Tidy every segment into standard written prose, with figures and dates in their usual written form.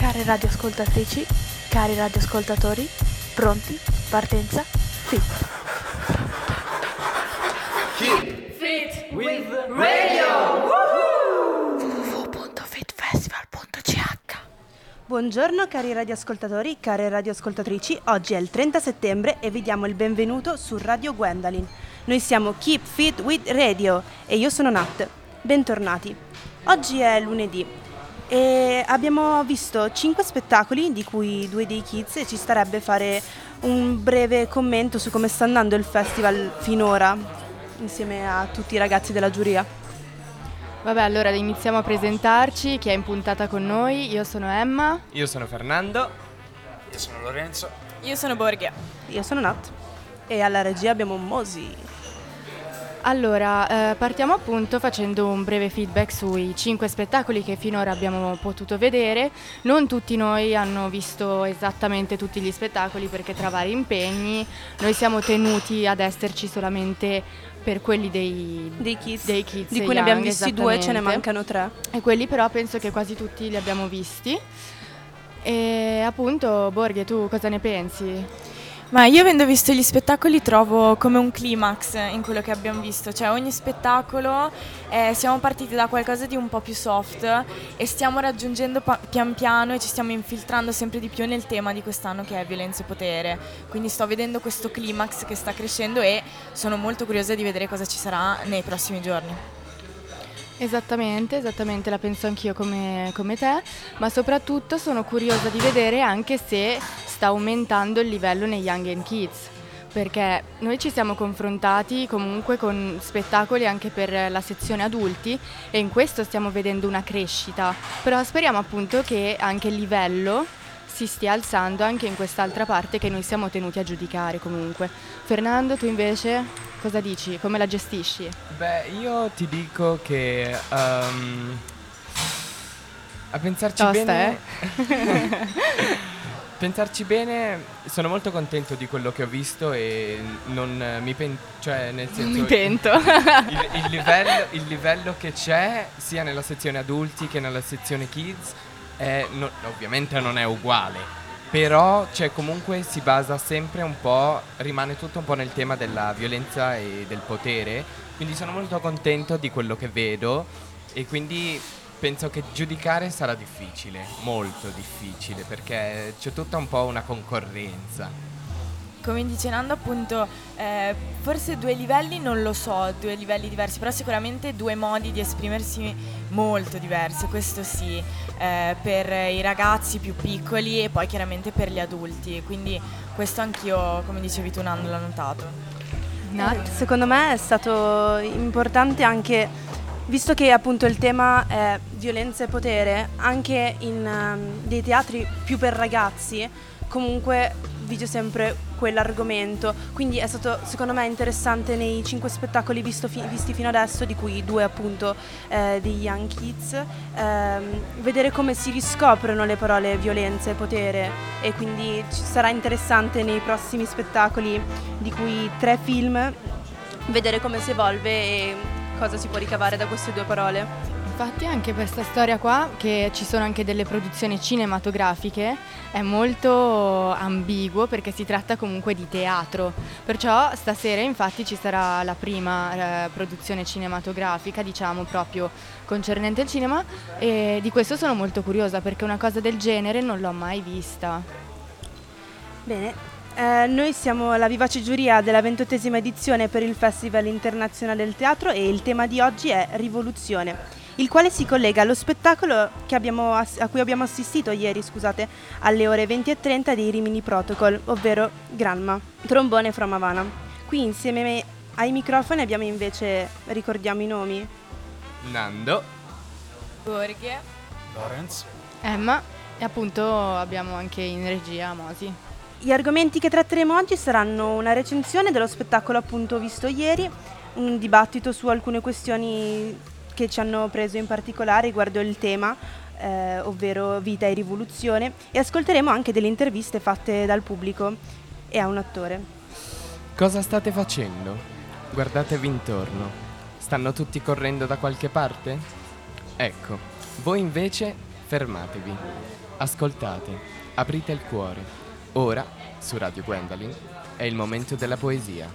Care radioascoltatrici, cari radioascoltatori, pronti? Partenza? Fit! Keep Fit with Radio! www.fitfestival.ch. Buongiorno cari radioascoltatori, care radioascoltatrici, oggi è il 30 settembre e vi diamo il benvenuto su Radio Gwendalin. Noi siamo Keep Fit with Radio e io sono Nat. Bentornati. Oggi è lunedì e abbiamo visto 5 spettacoli, di cui 2 dei kids, e ci starebbe fare un breve commento su come sta andando il festival finora, insieme a tutti i ragazzi della giuria. Vabbè, allora iniziamo a presentarci. Chi è in puntata con noi? Io sono Emma. Io sono Fernando. Io sono Lorenzo. Io sono Borghia. Io sono Nat e alla regia abbiamo Mosi. Allora, partiamo appunto facendo un breve feedback sui 5 spettacoli che finora abbiamo potuto vedere. Non tutti noi hanno visto esattamente tutti gli spettacoli perché tra vari impegni noi siamo tenuti ad esserci solamente per quelli dei kids di cui ne abbiamo visti 2, ce ne esattamente. mancano 3. E quelli però penso che quasi tutti li abbiamo visti. E appunto, Borghia, tu cosa ne pensi? Ma io avendo visto gli spettacoli trovo come un climax in quello che abbiamo visto, cioè ogni spettacolo siamo partiti da qualcosa di un po' più soft e stiamo raggiungendo pian piano e ci stiamo infiltrando sempre di più nel tema di quest'anno che è violenza e potere, quindi sto vedendo questo climax che sta crescendo e sono molto curiosa di vedere cosa ci sarà nei prossimi giorni. Esattamente, la penso anch'io come te, ma soprattutto sono curiosa di vedere anche se sta aumentando il livello nei Young and Kids, perché noi ci siamo confrontati comunque con spettacoli anche per la sezione adulti e in questo stiamo vedendo una crescita, però speriamo appunto che anche il livello si stia alzando anche in quest'altra parte che noi siamo tenuti a giudicare comunque. Fernando, tu invece cosa dici? Come la gestisci? Beh, io ti dico che a pensarci Tosta, bene pensarci bene, sono molto contento di quello che ho visto e non mi cioè nel senso Mi pento. il livello che c'è sia nella sezione adulti che nella sezione kids ovviamente non è uguale, però cioè, comunque si basa sempre un po', rimane tutto un po' nel tema della violenza e del potere, quindi sono molto contento di quello che vedo e quindi penso che giudicare sarà difficile, molto difficile, perché c'è tutta un po' una concorrenza. Come dice Nando appunto, forse 2 livelli non lo so, 2 livelli diversi, però sicuramente 2 modi di esprimersi molto diversi, questo sì, per i ragazzi più piccoli e poi chiaramente per gli adulti, quindi questo anch'io, come dicevi tu Nando, l'ho notato. Secondo me è stato importante anche, visto che appunto il tema è violenza e potere, anche in dei teatri più per ragazzi, comunque vige sempre quell'argomento, quindi è stato secondo me interessante nei 5 spettacoli visti fino adesso, di cui 2 appunto di Young Kids, vedere come si riscoprono le parole violenza e potere, e quindi sarà interessante nei prossimi spettacoli, di cui 3 film, vedere come si evolve e cosa si può ricavare da queste 2 parole. Infatti anche per questa storia qua, che ci sono anche delle produzioni cinematografiche, è molto ambiguo perché si tratta comunque di teatro, perciò stasera infatti ci sarà la prima produzione cinematografica, diciamo proprio concernente il cinema, e di questo sono molto curiosa perché una cosa del genere non l'ho mai vista. Bene, noi siamo la vivace giuria della 28ª edizione per il Festival Internazionale del Teatro e il tema di oggi è Rivoluzione, il quale si collega allo spettacolo che a cui abbiamo assistito ieri, alle ore 20:30 dei Rimini Protocol, ovvero Granma, trombone from Havana. Qui insieme ai microfoni abbiamo invece, ricordiamo i nomi, Nando, Borghia, Lorenzo. Emma, e appunto abbiamo anche in regia Mosi. Gli argomenti che tratteremo oggi saranno una recensione dello spettacolo appunto visto ieri, un dibattito su alcune questioni che ci hanno preso in particolare riguardo il tema, ovvero vita e rivoluzione, e ascolteremo anche delle interviste fatte dal pubblico e a un attore. cosa state facendo? Guardatevi intorno. Stanno tutti correndo da qualche parte? Ecco, voi invece Fermatevi, ascoltate, aprite il cuore. Ora, su Radio Gwendolyn, è il momento della poesia.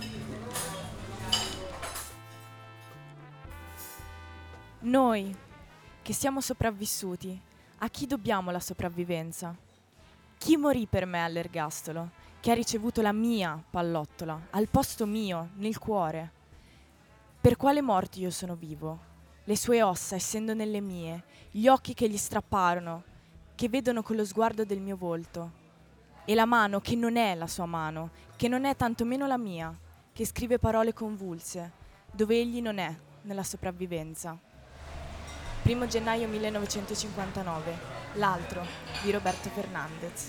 Noi, che siamo sopravvissuti, a chi dobbiamo la sopravvivenza? Chi morì per me all'ergastolo, che ha ricevuto la mia pallottola, al posto mio, nel cuore? Per quale morte io sono vivo? Le sue ossa, essendo nelle mie, gli occhi che gli strapparono, che vedono con lo sguardo del mio volto, e la mano che non è la sua mano, che non è tantomeno la mia, che scrive parole convulse, dove egli non è, nella sopravvivenza. 1 gennaio 1959, L'altro, di Roberto Fernandez.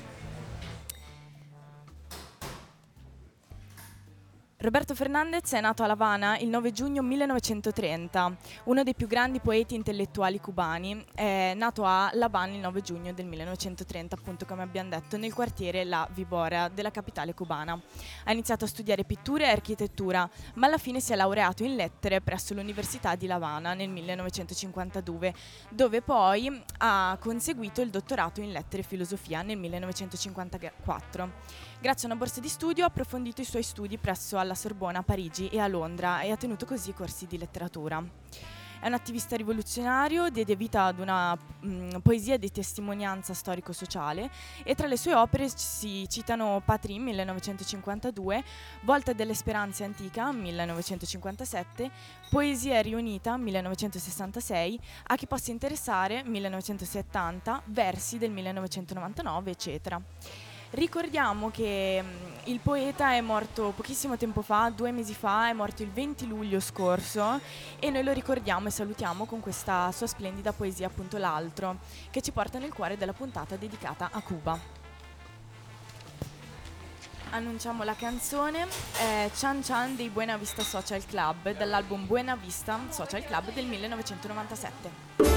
Roberto Fernandez è nato a La Habana il 9 giugno 1930, uno dei più grandi poeti intellettuali cubani. È nato a La Habana il 9 giugno del 1930, appunto come abbiamo detto, nel quartiere La Vibora della capitale cubana. Ha iniziato a studiare pittura e architettura, ma alla fine si è laureato in lettere presso l'Università di La Habana nel 1952, dove poi ha conseguito il dottorato in lettere e filosofia nel 1954. Grazie a una borsa di studio ha approfondito i suoi studi presso alla Sorbona a Parigi e a Londra e ha tenuto così corsi di letteratura. È un attivista rivoluzionario, diede vita ad una poesia di testimonianza storico-sociale e tra le sue opere si citano Patrie 1952, Volta delle Speranze Antica 1957, Poesia riunita 1966, A chi possa interessare 1970, Versi del 1999, eccetera. Ricordiamo che il poeta è morto pochissimo tempo fa, 2 mesi fa, è morto il 20 luglio scorso e noi lo ricordiamo e salutiamo con questa sua splendida poesia, appunto L'altro, che ci porta nel cuore della puntata dedicata a Cuba. Annunciamo la canzone, è Chan Chan dei Buena Vista Social Club, dall'album Buena Vista Social Club del 1997.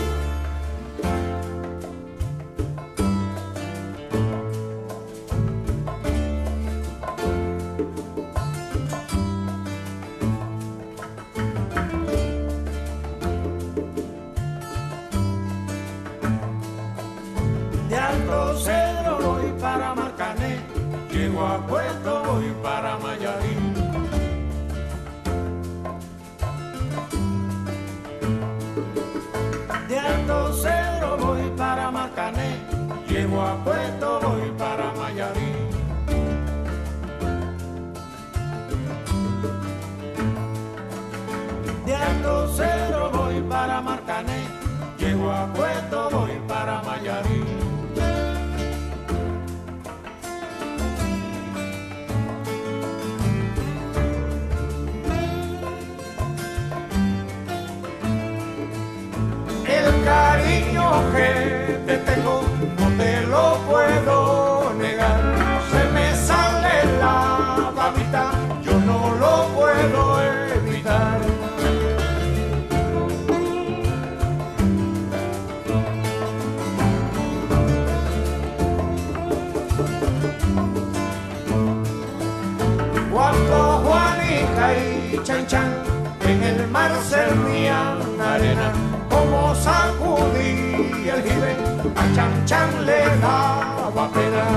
Cedro voy para Marcané, llego a Puerto voy para Mayarín. De Alto Cedro voy para Marcané, llego a Puerto voy para Mayarín. De Alto Cedro voy para Marcané, llego a Puerto voy para Mayarín. Cariño que te tengo, no te lo puedo negar. Se me sale la babita, yo no lo puedo evitar. Cuando Juanica y Chan Chan en el mar servían arena, como sacudí el jibe, a Chan Chan le daba pena.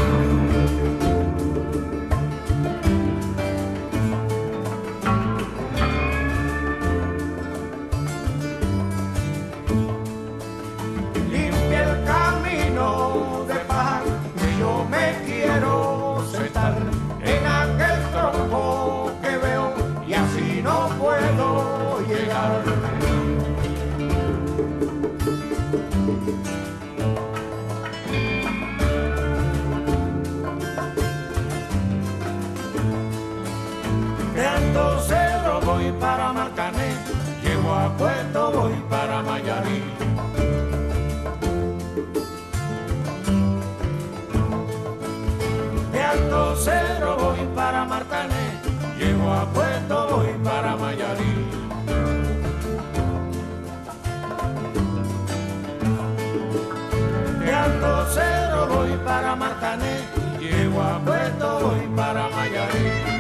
Limpia el camino de paz, que yo me quiero sentar en aquel tronco que veo y así no puedo llegar. De Alto Cedro voy para Marcané, llego a Puerto voy para Mayarín. De Alto Cedro voy para Marcané, llego a Puerto voy para Mayarín. De Alto Cedro voy para Marcané, llego a Puerto voy para Mayarín.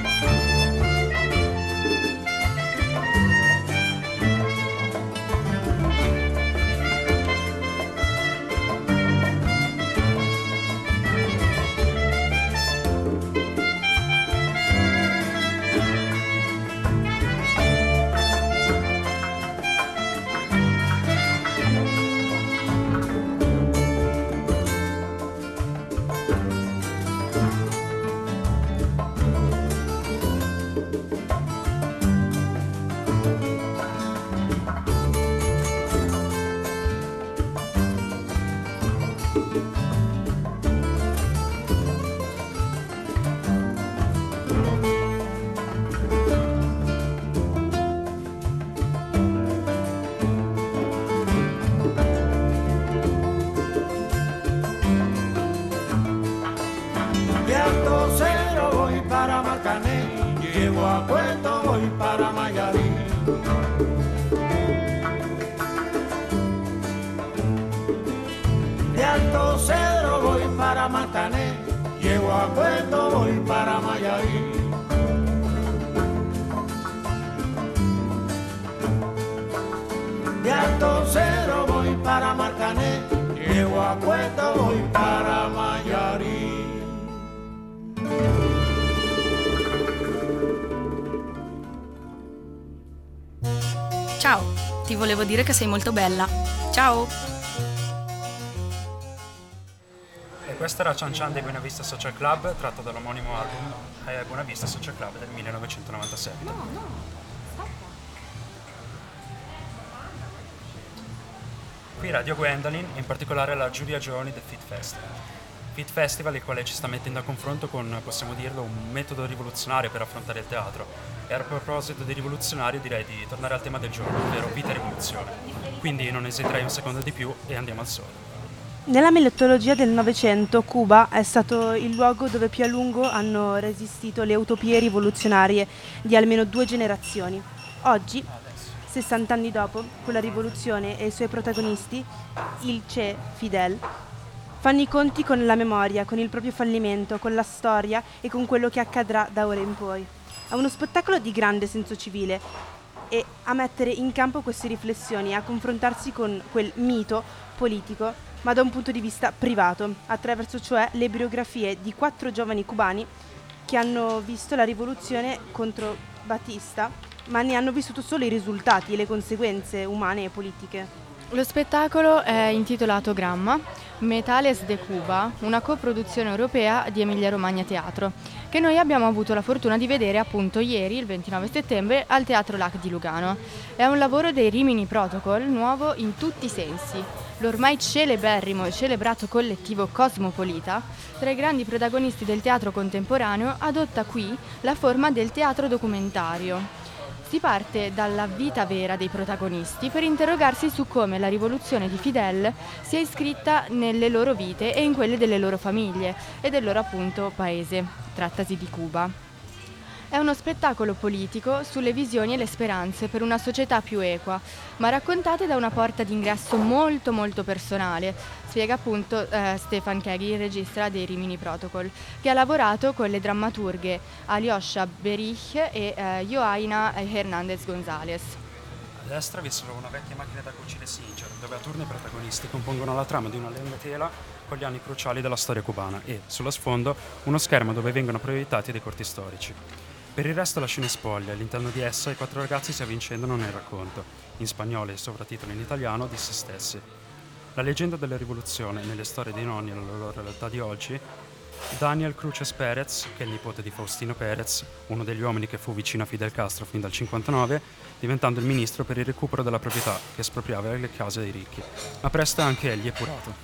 De Alto Cedro voy para Matané, llego a Puerto, voy para Mayarí. De Alto Cedro voy para Marcané, llego a Puerto, voy para Mayarí. Ciao, ti volevo dire che sei molto bella. Ciao! E questa era Chan Chan dei Buena Vista Social Club, tratto dall'omonimo album Buena Vista Social Club del 1997. Qui Radio Gwendolyn, in particolare la Giulia Gioni del Fit Festival. Fit Festival, il quale ci sta mettendo a confronto con, possiamo dirlo, un metodo rivoluzionario per affrontare il teatro. E a proposito di rivoluzionario direi di tornare al tema del giorno, ovvero vita e rivoluzione. Quindi non esiterei un secondo di più e andiamo al sole. Nella mitologia del Novecento, Cuba è stato il luogo dove più a lungo hanno resistito le utopie rivoluzionarie di almeno 2 generazioni. Oggi, 60 anni dopo, con la rivoluzione e i suoi protagonisti, il Che Fidel, fanno i conti con la memoria, con il proprio fallimento, con la storia e con quello che accadrà da ora in poi. È uno spettacolo di grande senso civile e a mettere in campo queste riflessioni, a confrontarsi con quel mito politico, ma da un punto di vista privato, attraverso cioè le biografie di 4 giovani cubani che hanno visto la rivoluzione contro Batista, ma ne hanno vissuto solo i risultati e le conseguenze umane e politiche. Lo spettacolo è intitolato Gramma, Metales de Cuba, una coproduzione europea di Emilia Romagna Teatro, che noi abbiamo avuto la fortuna di vedere appunto ieri, il 29 settembre, al Teatro LAC di Lugano. È un lavoro dei Rimini Protocol, nuovo in tutti i sensi. L'ormai celeberrimo e celebrato collettivo Cosmopolita, tra i grandi protagonisti del teatro contemporaneo, adotta qui la forma del teatro documentario. Si parte dalla vita vera dei protagonisti per interrogarsi su come la rivoluzione di Fidel sia iscritta nelle loro vite e in quelle delle loro famiglie e del loro appunto paese, trattasi di Cuba. È uno spettacolo politico sulle visioni e le speranze per una società più equa, ma raccontate da una porta d'ingresso molto molto personale, spiega appunto Stefan Keghi, il regista dei Rimini Protocol, che ha lavorato con le drammaturghe Alyosha Berich e Joaina Hernández González. A destra vi è solo una vecchia macchina da cucire Singer, dove a turno i protagonisti compongono la trama di una lunga tela con gli anni cruciali della storia cubana e, sullo sfondo, uno schermo dove vengono proiettati dei corti storici. Per il resto la scena è spoglia, all'interno di essa i 4 ragazzi si avvincendono nel racconto, in spagnolo e sovratitolo in italiano, di se stessi. La leggenda della rivoluzione nelle storie dei nonni e la loro realtà di oggi, Daniel Cruces Pérez, che è il nipote di Faustino Pérez, uno degli uomini che fu vicino a Fidel Castro fin dal 1959, diventando il ministro per il recupero della proprietà che espropriava le case dei ricchi, ma presto anche egli epurato.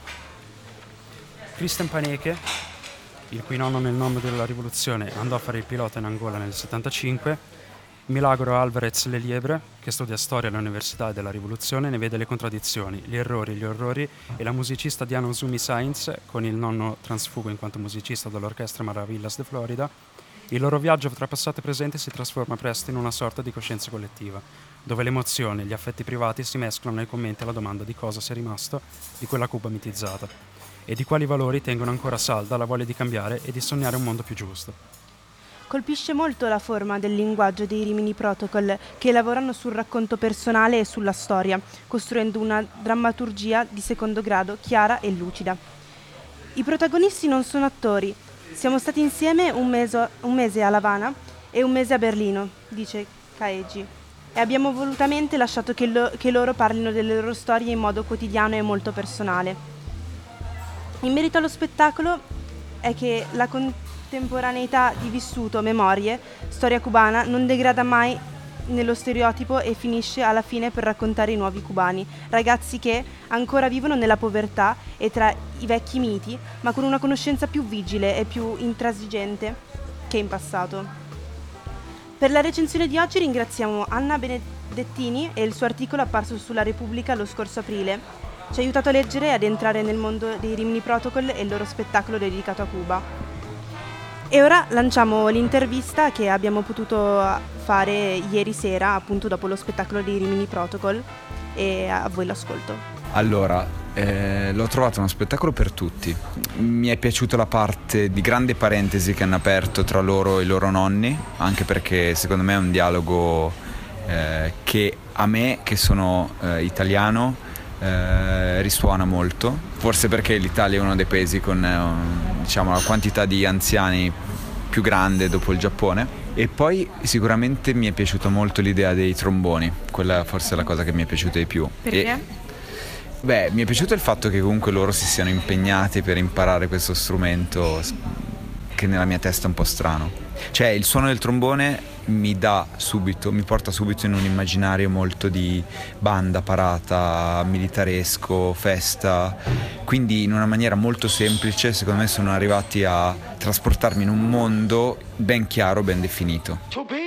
Cristian Paneche, il cui nonno nel nome della rivoluzione andò a fare il pilota in Angola nel 75, Milagro Álvarez Leliebre, che studia storia all'Università della Rivoluzione, ne vede le contraddizioni, gli errori, gli orrori, e la musicista Diana Uzumi Sainz, con il nonno transfugo in quanto musicista dall'orchestra Maravillas de Florida. Il loro viaggio tra passato e presente si trasforma presto in una sorta di coscienza collettiva, dove le emozioni e gli affetti privati si mescolano nei commenti alla domanda di cosa sia rimasto di quella Cuba mitizzata e di quali valori tengono ancora salda la voglia di cambiare e di sognare un mondo più giusto. Colpisce molto la forma del linguaggio dei Rimini Protocol, che lavorano sul racconto personale e sulla storia, costruendo una drammaturgia di secondo grado chiara e lucida. I protagonisti non sono attori. Siamo stati insieme un mese a La Habana e un mese a Berlino, dice Caeggi, e abbiamo volutamente lasciato che loro parlino delle loro storie in modo quotidiano e molto personale. In merito allo spettacolo è che la contemporaneità di vissuto, memorie, storia cubana non degrada mai nello stereotipo e finisce alla fine per raccontare i nuovi cubani, ragazzi che ancora vivono nella povertà e tra i vecchi miti, ma con una conoscenza più vigile e più intransigente che in passato. Per la recensione di oggi ringraziamo Anna Benedettini e il suo articolo apparso sulla Repubblica lo scorso aprile. Ci ha aiutato a leggere e ad entrare nel mondo dei Rimini Protocol e il loro spettacolo dedicato a Cuba. E ora lanciamo l'intervista che abbiamo potuto fare ieri sera, appunto dopo lo spettacolo dei Rimini Protocol, e a voi l'ascolto. Allora, l'ho trovato uno spettacolo per tutti. Mi è piaciuta la parte di grande parentesi che hanno aperto tra loro e i loro nonni, anche perché secondo me è un dialogo che a me, che sono italiano, risuona molto, forse perché l'Italia è uno dei paesi con diciamo la quantità di anziani più grande dopo il Giappone. E poi sicuramente mi è piaciuta molto l'idea dei tromboni, quella forse è la cosa che mi è piaciuta di più. Perché? Mi è piaciuto il fatto che comunque loro si siano impegnati per imparare questo strumento che nella mia testa è un po' strano. Cioè il suono del trombone mi porta subito in un immaginario molto di banda, parata, militaresco, festa, quindi in una maniera molto semplice secondo me sono arrivati a trasportarmi in un mondo ben chiaro, ben definito.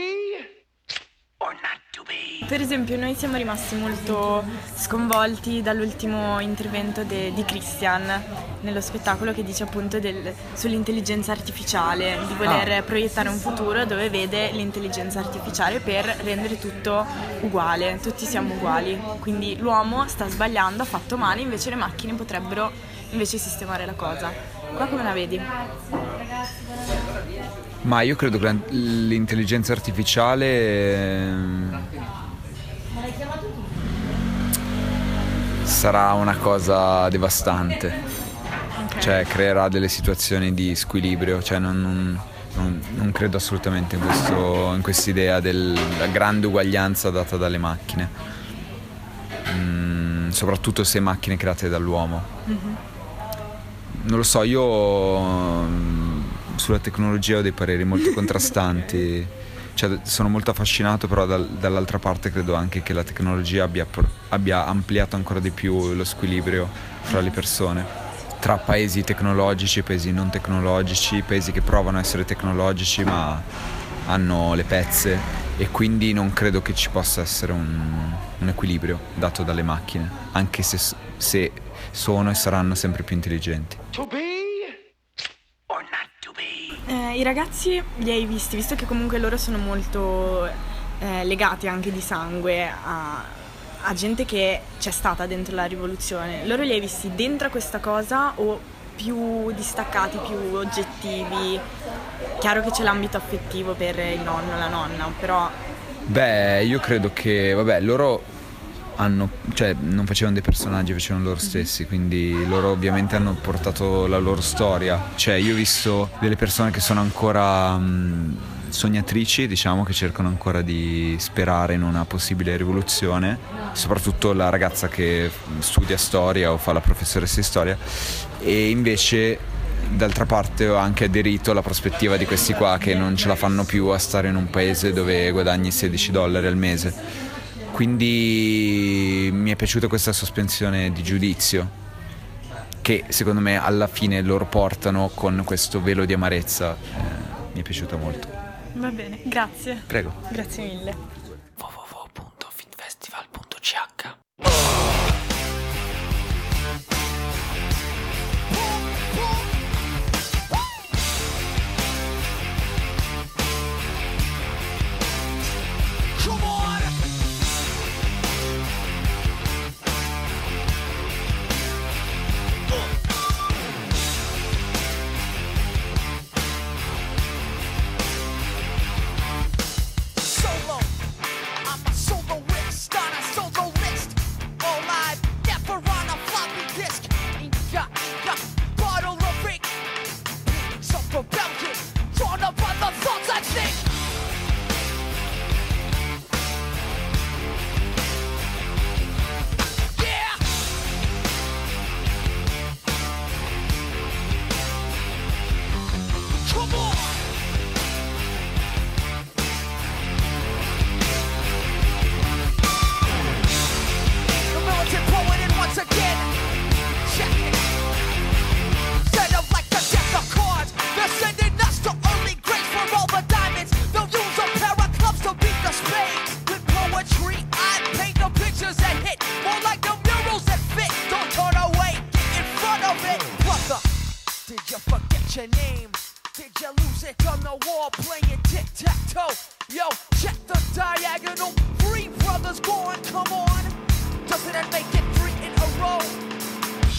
Per esempio noi siamo rimasti molto sconvolti dall'ultimo intervento di Christian nello spettacolo, che dice appunto sull'intelligenza artificiale, di voler proiettare un futuro dove vede l'intelligenza artificiale per rendere tutto uguale, tutti siamo uguali, quindi l'uomo sta sbagliando, ha fatto male, invece le macchine potrebbero invece sistemare la cosa. Qua come la vedi? Ma io credo che l'intelligenza artificiale sarà una cosa devastante, cioè creerà delle situazioni di squilibrio, cioè non credo assolutamente in quest'idea della grande uguaglianza data dalle macchine, soprattutto se macchine create dall'uomo. Non lo so, io sulla tecnologia ho dei pareri molto contrastanti. Cioè, sono molto affascinato, però dall'altra parte credo anche che la tecnologia abbia ampliato ancora di più lo squilibrio tra le persone, tra paesi tecnologici e paesi non tecnologici, paesi che provano a essere tecnologici ma hanno le pezze, e quindi non credo che ci possa essere un equilibrio dato dalle macchine, anche se sono e saranno sempre più intelligenti. I ragazzi li hai visti, visto che comunque loro sono molto legati anche di sangue a gente che c'è stata dentro la rivoluzione, loro li hai visti dentro a questa cosa o più distaccati, più oggettivi? Chiaro che c'è l'ambito affettivo per il nonno, la nonna, però... Io credo che, loro non facevano dei personaggi, facevano loro stessi, quindi loro ovviamente hanno portato la loro storia. Cioè io ho visto delle persone che sono ancora sognatrici, diciamo, che cercano ancora di sperare in una possibile rivoluzione, soprattutto la ragazza che studia storia o fa la professoressa di storia, e invece d'altra parte ho anche aderito alla prospettiva di questi qua che non ce la fanno più a stare in un paese dove guadagni $16 al mese. Quindi mi è piaciuta questa sospensione di giudizio che secondo me alla fine loro portano con questo velo di amarezza. Mi è piaciuta molto. Va bene, grazie. Prego. Grazie mille. www.fitfestival.ch your name? Did you lose it on the wall playing tic-tac-toe? Yo, check the diagonal. 3 brothers gone, come on. Doesn't it make it 3 in a row?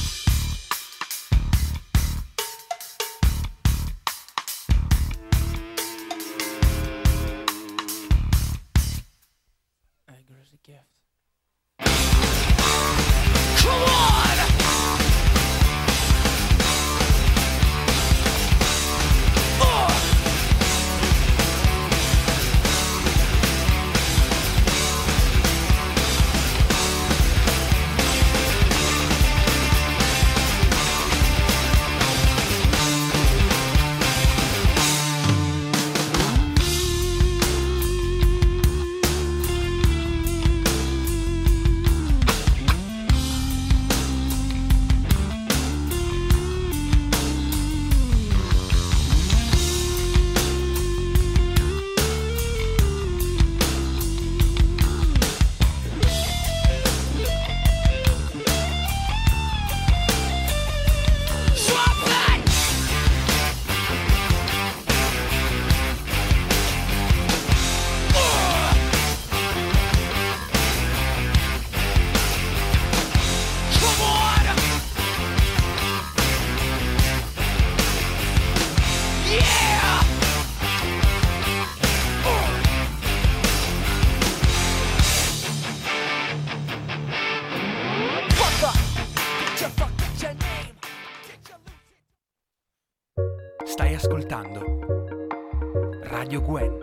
Stai ascoltando Radio Gwen.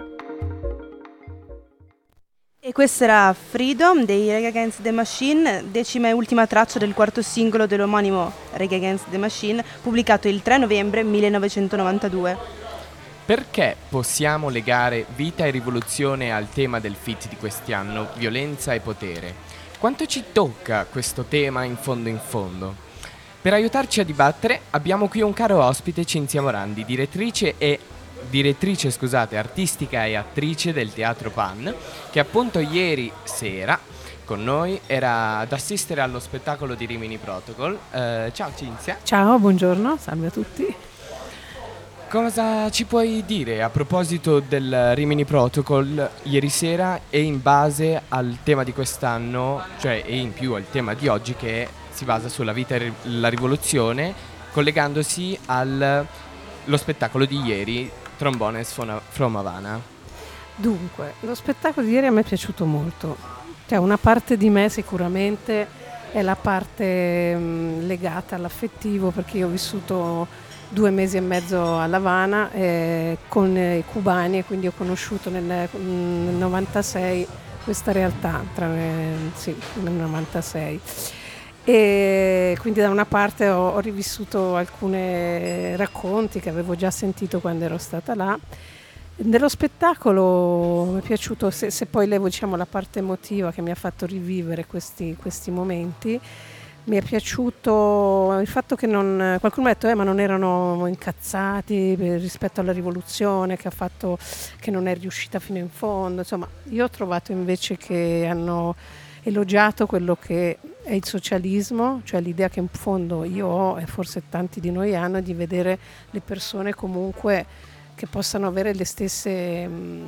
E questo era Freedom dei Rage Against the Machine, decima e ultima traccia del quarto singolo dell'omonimo Rage Against the Machine, pubblicato il 3 novembre 1992. Perché possiamo legare vita e rivoluzione al tema del feat di quest'anno, violenza e potere? Quanto ci tocca questo tema in fondo in fondo? Per aiutarci a dibattere abbiamo qui un caro ospite, Cinzia Morandi, direttrice artistica e attrice del Teatro Pan, che appunto ieri sera con noi era ad assistere allo spettacolo di Rimini Protocol. Ciao Cinzia. Ciao, buongiorno, salve a tutti. Cosa ci puoi dire a proposito del Rimini Protocol ieri sera e in base al tema di quest'anno, cioè e in più al tema di oggi che si basa sulla vita e la rivoluzione, collegandosi allo spettacolo di ieri, Trombones from Havana? Dunque, lo spettacolo di ieri a me è piaciuto molto. Cioè, una parte di me sicuramente è la parte legata all'affettivo, perché io ho vissuto 2 mesi e mezzo a Havana con i cubani e quindi ho conosciuto nel 96 questa realtà, nel 96. E quindi da una parte ho rivissuto alcuni racconti che avevo già sentito quando ero stata là. Nello spettacolo mi è piaciuto, se poi levo la parte emotiva che mi ha fatto rivivere questi momenti, mi è piaciuto il fatto che qualcuno mi ha detto ma non erano incazzati rispetto alla rivoluzione che non è riuscita fino in fondo. Insomma, io ho trovato invece che hanno elogiato quello che è il socialismo, cioè l'idea che in fondo io ho e forse tanti di noi hanno di vedere le persone comunque che possano avere le stesse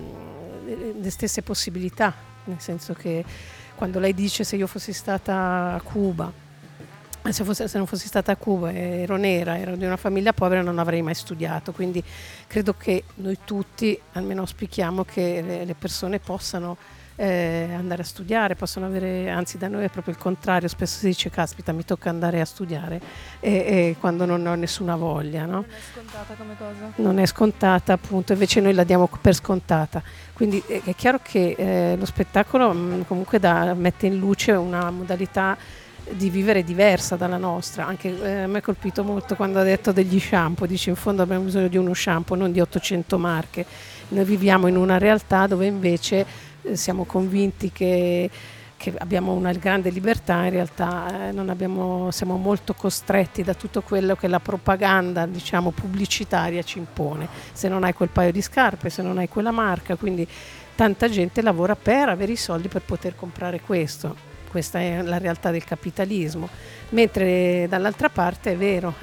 possibilità, nel senso che quando lei dice se io fossi stata a Cuba, se non fossi stata a Cuba ero nera, ero di una famiglia povera, non avrei mai studiato, quindi credo che noi tutti almeno auspichiamo che le persone possano andare a studiare, possono avere, anzi da noi è proprio il contrario, spesso si dice caspita mi tocca andare a studiare e quando non ho nessuna voglia, no? Non è scontata come cosa? Non è scontata appunto, invece noi la diamo per scontata, quindi è chiaro che lo spettacolo comunque mette in luce una modalità di vivere diversa dalla nostra. Anche a me ha colpito molto quando ha detto degli shampoo, dice in fondo abbiamo bisogno di uno shampoo, non di 800 marche. Noi viviamo in una realtà dove invece siamo convinti che abbiamo una grande libertà, in realtà siamo molto costretti da tutto quello che la propaganda pubblicitaria ci impone. Se non hai quel paio di scarpe, se non hai quella marca, quindi tanta gente lavora per avere i soldi per poter comprare questo. Questa è la realtà del capitalismo, mentre dall'altra parte è vero,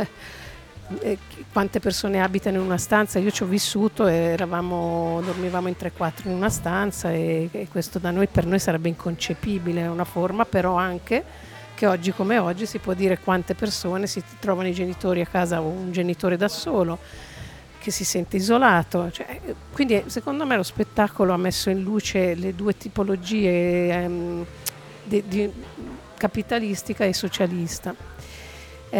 quante persone abitano in una stanza, io ci ho vissuto e dormivamo in 3-4 in una stanza e questo per noi sarebbe inconcepibile, è una forma però anche che oggi come oggi si può dire quante persone si trovano i genitori a casa o un genitore da solo che si sente isolato, quindi secondo me lo spettacolo ha messo in luce le due tipologie di capitalistica e socialista. Mi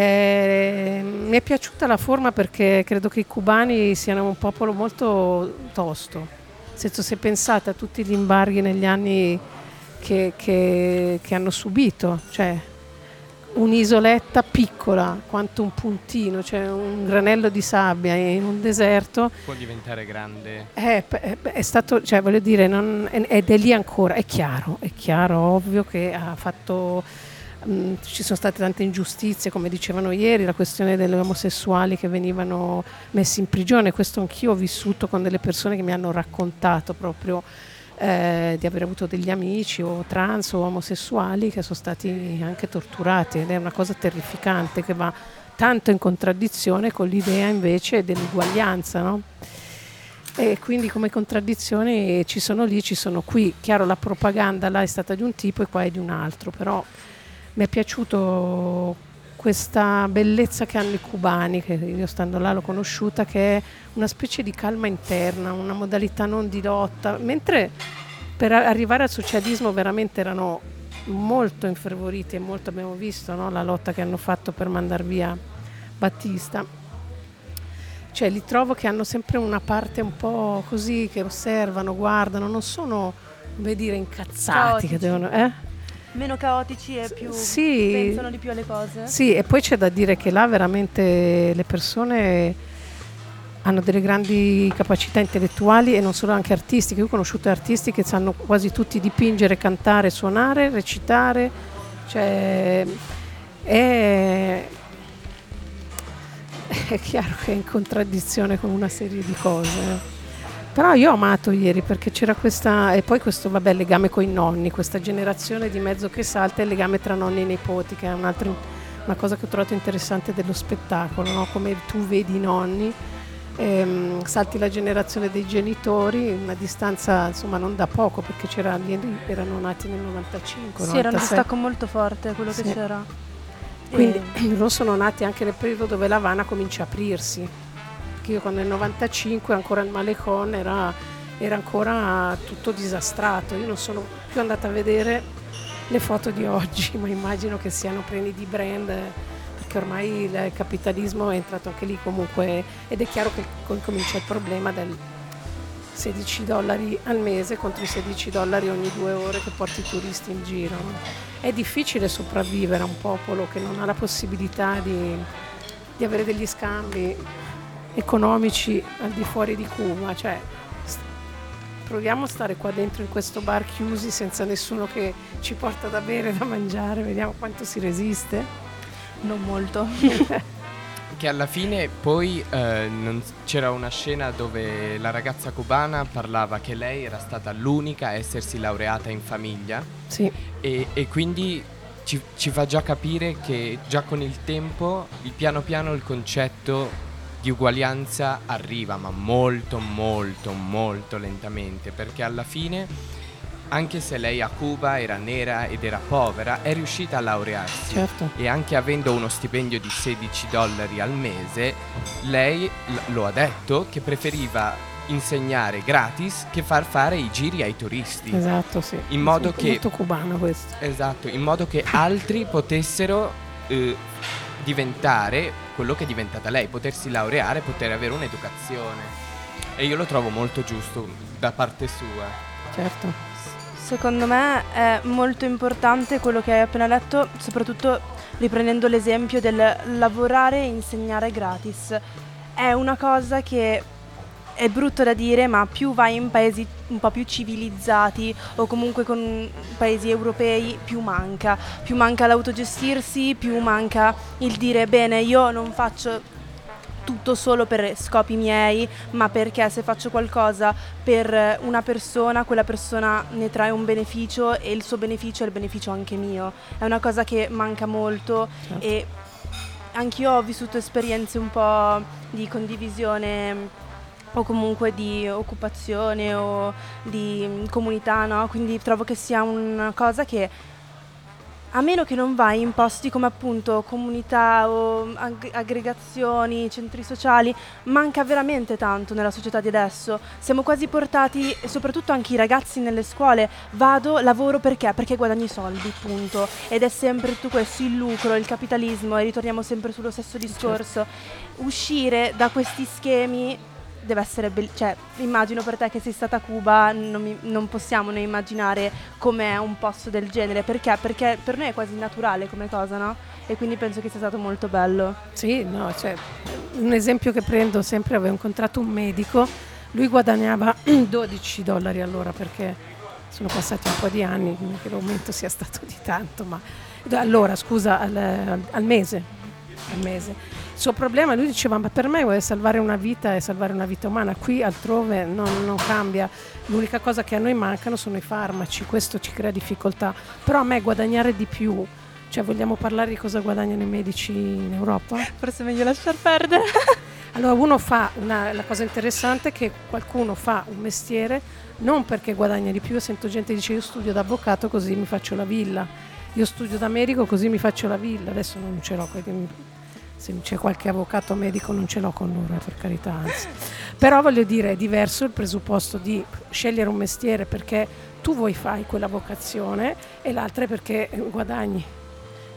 è piaciuta la forma perché credo che i cubani siano un popolo molto tosto, nel senso, se pensate a tutti gli embarghi negli anni che hanno subito, un'isoletta piccola quanto un puntino, un granello di sabbia in un deserto può diventare grande. È stato, voglio dire, ed è lì ancora, è chiaro, ovvio che ha fatto, ci sono state tante ingiustizie, come dicevano ieri, la questione degli omosessuali che venivano messi in prigione, questo anch'io ho vissuto con delle persone che mi hanno raccontato proprio di aver avuto degli amici o trans o omosessuali che sono stati anche torturati, ed è una cosa terrificante che va tanto in contraddizione con l'idea invece dell'uguaglianza, no? E quindi come contraddizioni ci sono lì, ci sono qui. Chiaro, la propaganda là è stata di un tipo e qua è di un altro, però mi è piaciuto questa bellezza che hanno i cubani, che io stando là l'ho conosciuta, che è una specie di calma interna, una modalità non di lotta, mentre per arrivare al socialismo veramente erano molto infervoriti e molto, abbiamo visto, no? La lotta che hanno fatto per mandar via Battista. cioè li trovo che hanno sempre una parte un po' così, che osservano, guardano, non sono, come dire, incazzati, che devono, meno caotici e più sì, pensano di più alle cose. Sì, e poi c'è da dire che là veramente le persone hanno delle grandi capacità intellettuali e non solo, anche artistiche. Io ho conosciuto artisti che sanno quasi tutti dipingere, cantare, suonare, recitare, cioè è chiaro che è in contraddizione con una serie di cose. Però io ho amato ieri perché c'era questa, e poi questo legame con i nonni, questa generazione di mezzo che salta, e il legame tra nonni e nipoti, che è una cosa che ho trovato interessante dello spettacolo, no? Come tu vedi i nonni, salti la generazione dei genitori, una distanza insomma non da poco, perché erano nati nel 95. Sì, era un distacco molto forte quello che c'era. Quindi loro sono nati anche nel periodo dove La Habana comincia a aprirsi. Io quando nel 95 ancora il Malecón era ancora tutto disastrato. Io non sono più andata a vedere le foto di oggi, ma immagino che siano pieni di brand, perché ormai il capitalismo è entrato anche lì comunque, ed è chiaro che comincia il problema del $16 al mese contro i $16 ogni 2 ore che porti i turisti in giro. È difficile sopravvivere a un popolo che non ha la possibilità di avere degli scambi economici al di fuori di Cuba, cioè proviamo a stare qua dentro in questo bar chiusi senza nessuno che ci porta da bere, da mangiare, vediamo quanto si resiste. Non molto. Che alla fine poi c'era una scena dove la ragazza cubana parlava che lei era stata l'unica a essersi laureata in famiglia. Sì. E quindi ci fa già capire che già con il tempo, piano piano il concetto di uguaglianza arriva, ma molto molto molto lentamente, perché alla fine, anche se lei a Cuba era nera ed era povera, è riuscita a laurearsi. Certo. E anche avendo uno stipendio di $16 al mese, lei lo ha detto che preferiva insegnare gratis che far fare i giri ai turisti. Esatto, sì. In modo che molto cubano questo. Esatto, in modo che altri potessero diventare quello che è diventata lei, potersi laureare, poter avere un'educazione. E io lo trovo molto giusto da parte sua. Certo. Secondo me è molto importante quello che hai appena letto, soprattutto riprendendo l'esempio del lavorare e insegnare gratis. È una cosa che è brutto da dire, ma più vai in paesi un po' più civilizzati o comunque con paesi europei, più manca l'autogestirsi, più manca il dire bene, io non faccio tutto solo per scopi miei, ma perché se faccio qualcosa per una persona, quella persona ne trae un beneficio e il suo beneficio è il beneficio anche mio. È una cosa che manca molto. Certo. E anch'io ho vissuto esperienze un po' di condivisione o comunque di occupazione o di comunità, no? Quindi trovo che sia una cosa che, a meno che non vai in posti come appunto comunità o aggregazioni, centri sociali, manca veramente tanto nella società di adesso. Siamo quasi portati, e soprattutto anche i ragazzi nelle scuole, lavoro perché guadagni soldi, punto. Ed è sempre tutto questo, il lucro, il capitalismo, e ritorniamo sempre sullo stesso discorso. Certo. Uscire da questi schemi deve essere cioè, immagino per te che sei stata a Cuba, non possiamo noi immaginare com'è un posto del genere, perché per noi è quasi naturale come cosa, no? E quindi penso che sia stato molto bello. Sì, no, cioè, un esempio che prendo sempre, avevo incontrato un medico, lui guadagnava $12 all'ora, perché sono passati un po' di anni, quindi che l'aumento sia stato di tanto, ma allora scusa, al mese. Il suo problema, lui diceva, ma per me vuoi salvare una vita e salvare una vita umana, qui altrove non cambia, l'unica cosa che a noi mancano sono i farmaci, questo ci crea difficoltà, però a me guadagnare di più, cioè vogliamo parlare di cosa guadagnano i medici in Europa? Forse è meglio lasciar perdere. Allora uno fa, la cosa interessante è che qualcuno fa un mestiere non perché guadagna di più. Io sento gente che dice io studio da avvocato così mi faccio la villa, io studio da medico così mi faccio la villa, adesso non ce l'ho, se c'è qualche avvocato medico non ce l'ho con loro, per carità, anzi. Però voglio dire, è diverso il presupposto di scegliere un mestiere perché tu fai quella vocazione, e l'altra è perché guadagni.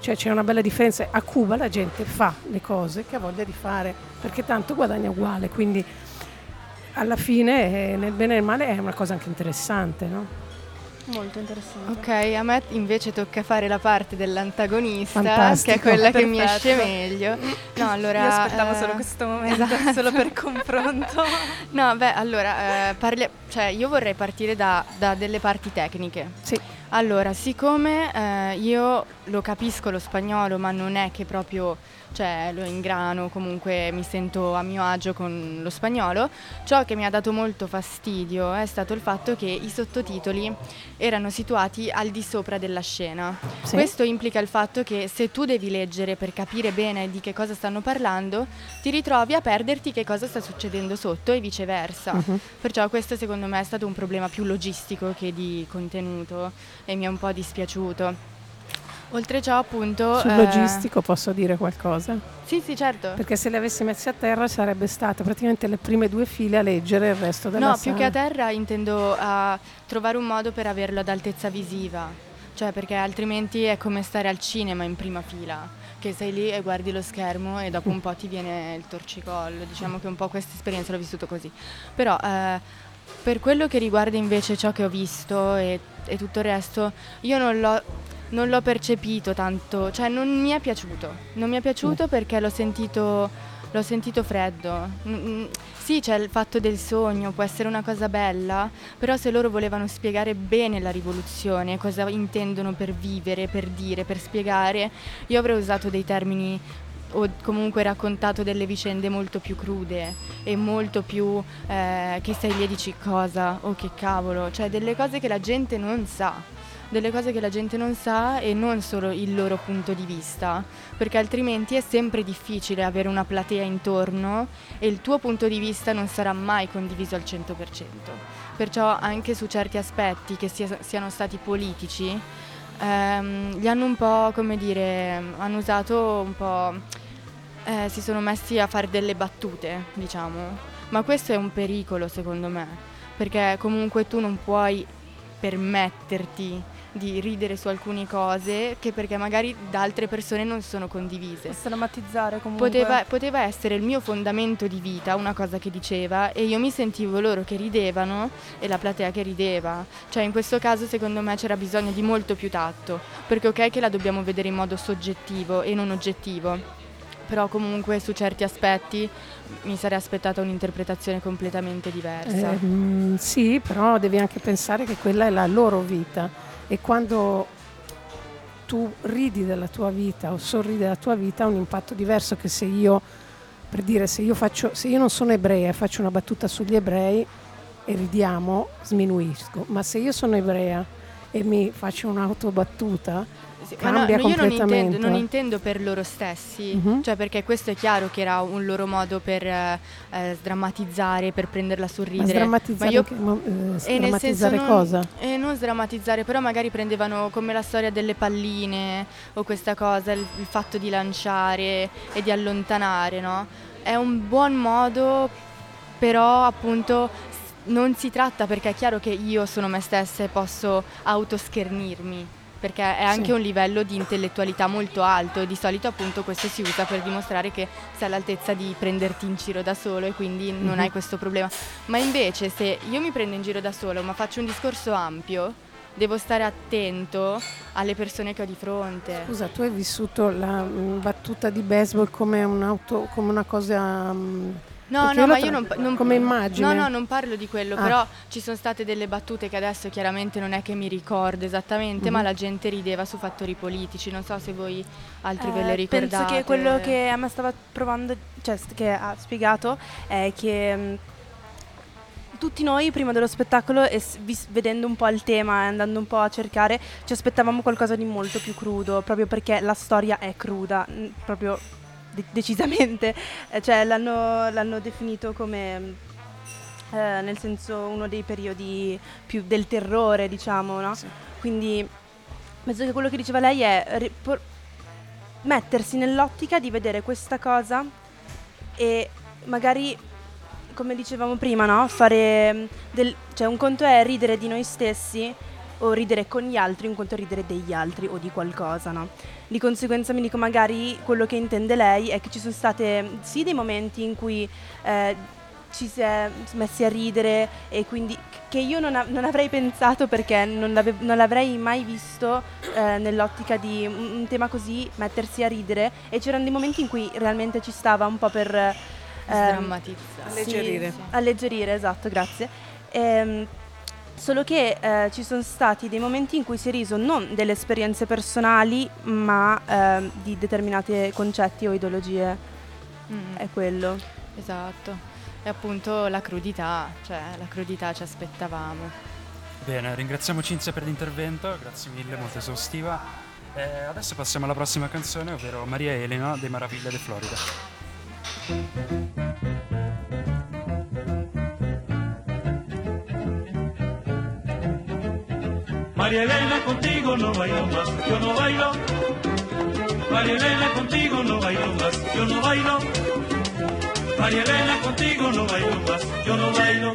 Cioè c'è una bella differenza. A Cuba la gente fa le cose che ha voglia di fare, perché tanto guadagna uguale, quindi alla fine nel bene e nel male è una cosa anche interessante, no? Molto interessante. Ok, a me invece tocca fare la parte dell'antagonista, Fantastico. che è quella che mi Perfetto. esce meglio. No, allora, Io aspettavo solo questo momento, esatto. solo per confronto. No, beh, allora, cioè io vorrei partire da delle parti tecniche. Sì. Allora, siccome io lo capisco lo spagnolo, ma non è che proprio, cioè, lo ingrano, comunque mi sento a mio agio con lo spagnolo, ciò che mi ha dato molto fastidio è stato il fatto che i sottotitoli erano situati al di sopra della scena. Sì. Questo implica il fatto che se tu devi leggere per capire bene di che cosa stanno parlando, ti ritrovi a perderti che cosa sta succedendo sotto e viceversa. Perciò questo secondo me è stato un problema più logistico che di contenuto e mi è un po' dispiaciuto. Oltre ciò, appunto... Sul logistico posso dire qualcosa? Sì, certo. Perché se le avessi messe a terra sarebbe state praticamente le prime 2 file a leggere il resto della No, sala. più che a terra intendo a trovare un modo per averlo ad altezza visiva. Cioè, perché altrimenti è come stare al cinema in prima fila, che sei lì e guardi lo schermo e dopo un po' ti viene il torcicollo. Diciamo che un po' questa esperienza l'ho vissuto così. Però... per quello che riguarda invece ciò che ho visto e tutto il resto, io non l'ho percepito tanto, cioè non mi è piaciuto perché l'ho sentito freddo. Sì, c'è il fatto del sogno, può essere una cosa bella, però se loro volevano spiegare bene la rivoluzione, cosa intendono per vivere, per dire, per spiegare, io avrei usato dei termini o comunque raccontato delle vicende molto più crude e molto più che stai lì e dici cosa, oh che cavolo, cioè delle cose che la gente non sa. E non solo il loro punto di vista, perché altrimenti è sempre difficile avere una platea intorno e il tuo punto di vista non sarà mai condiviso al 100%. Perciò anche su certi aspetti che siano stati politici, li hanno un po', come dire, hanno usato un po', si sono messi a fare delle battute, diciamo. Ma questo è un pericolo secondo me, perché comunque tu non puoi permetterti di ridere su alcune cose che perché magari da altre persone non sono condivise. Strammatizzare comunque. Poteva essere il mio fondamento di vita, una cosa che diceva, e io mi sentivo loro che ridevano e la platea che rideva. Cioè in questo caso secondo me c'era bisogno di molto più tatto, perché ok che la dobbiamo vedere in modo soggettivo e non oggettivo, però comunque su certi aspetti mi sarei aspettata un'interpretazione completamente diversa. Sì, però devi anche pensare che quella è la loro vita. E quando tu ridi della tua vita o sorridi della tua vita ha un impatto diverso che se io, per dire, se io non sono ebrea e faccio una battuta sugli ebrei e ridiamo, sminuisco. Ma se io sono ebrea e mi faccio un'autobattuta, cambia completamente. Io non intendo per loro stessi, cioè perché questo è chiaro che era un loro modo per sdrammatizzare, per prenderla sul ridere. Ma sdrammatizzare cosa? Non sdrammatizzare, però magari prendevano come la storia delle palline o questa cosa, il fatto di lanciare e di allontanare, no? È un buon modo, però appunto non si tratta, perché è chiaro che io sono me stessa e posso autoschernirmi, perché è anche un livello di intellettualità molto alto e di solito appunto questo si usa per dimostrare che sei all'altezza di prenderti in giro da solo e quindi non hai questo problema. Ma invece se io mi prendo in giro da solo ma faccio un discorso ampio, devo stare attento alle persone che ho di fronte. Scusa, tu hai vissuto la battuta di baseball come una cosa... No, ma io non come immagine. No, non parlo di quello, però ci sono state delle battute che adesso chiaramente non è che mi ricordo esattamente, ma la gente rideva su fattori politici, non so se voi altri ve le ricordate. Penso che quello che Emma stava provando, cioè che ha spiegato è che tutti noi prima dello spettacolo vedendo un po' il tema e andando un po' a cercare ci aspettavamo qualcosa di molto più crudo, proprio perché la storia è cruda, proprio decisamente, cioè l'hanno definito come nel senso uno dei periodi più del terrore, diciamo, no? Sì. Quindi penso che quello che diceva lei è mettersi nell'ottica di vedere questa cosa e magari, come dicevamo prima, no? Fare cioè un conto è ridere di noi stessi o ridere con gli altri in quanto ridere degli altri o di qualcosa, no? Di conseguenza mi dico, magari quello che intende lei è che ci sono state sì dei momenti in cui ci si è messi a ridere, e quindi che io non avrei pensato, perché non l'avrei mai visto nell'ottica di un tema così mettersi a ridere, e c'erano dei momenti in cui realmente ci stava un po' per sdrammatizzare, alleggerire, esatto, grazie. Solo che ci sono stati dei momenti in cui si è riso non delle esperienze personali, ma di determinati concetti o ideologie. È quello. Esatto. E appunto la crudità ci aspettavamo. Bene, ringraziamo Cinzia per l'intervento, grazie mille, molto esaustiva. Adesso passiamo alla prossima canzone, ovvero Maria Elena dei Maravilla de Florida. María Elena, contigo no bailo más, yo no bailo. María Elena, contigo no bailo más, yo no bailo. María Elena, contigo no bailo más, yo no bailo.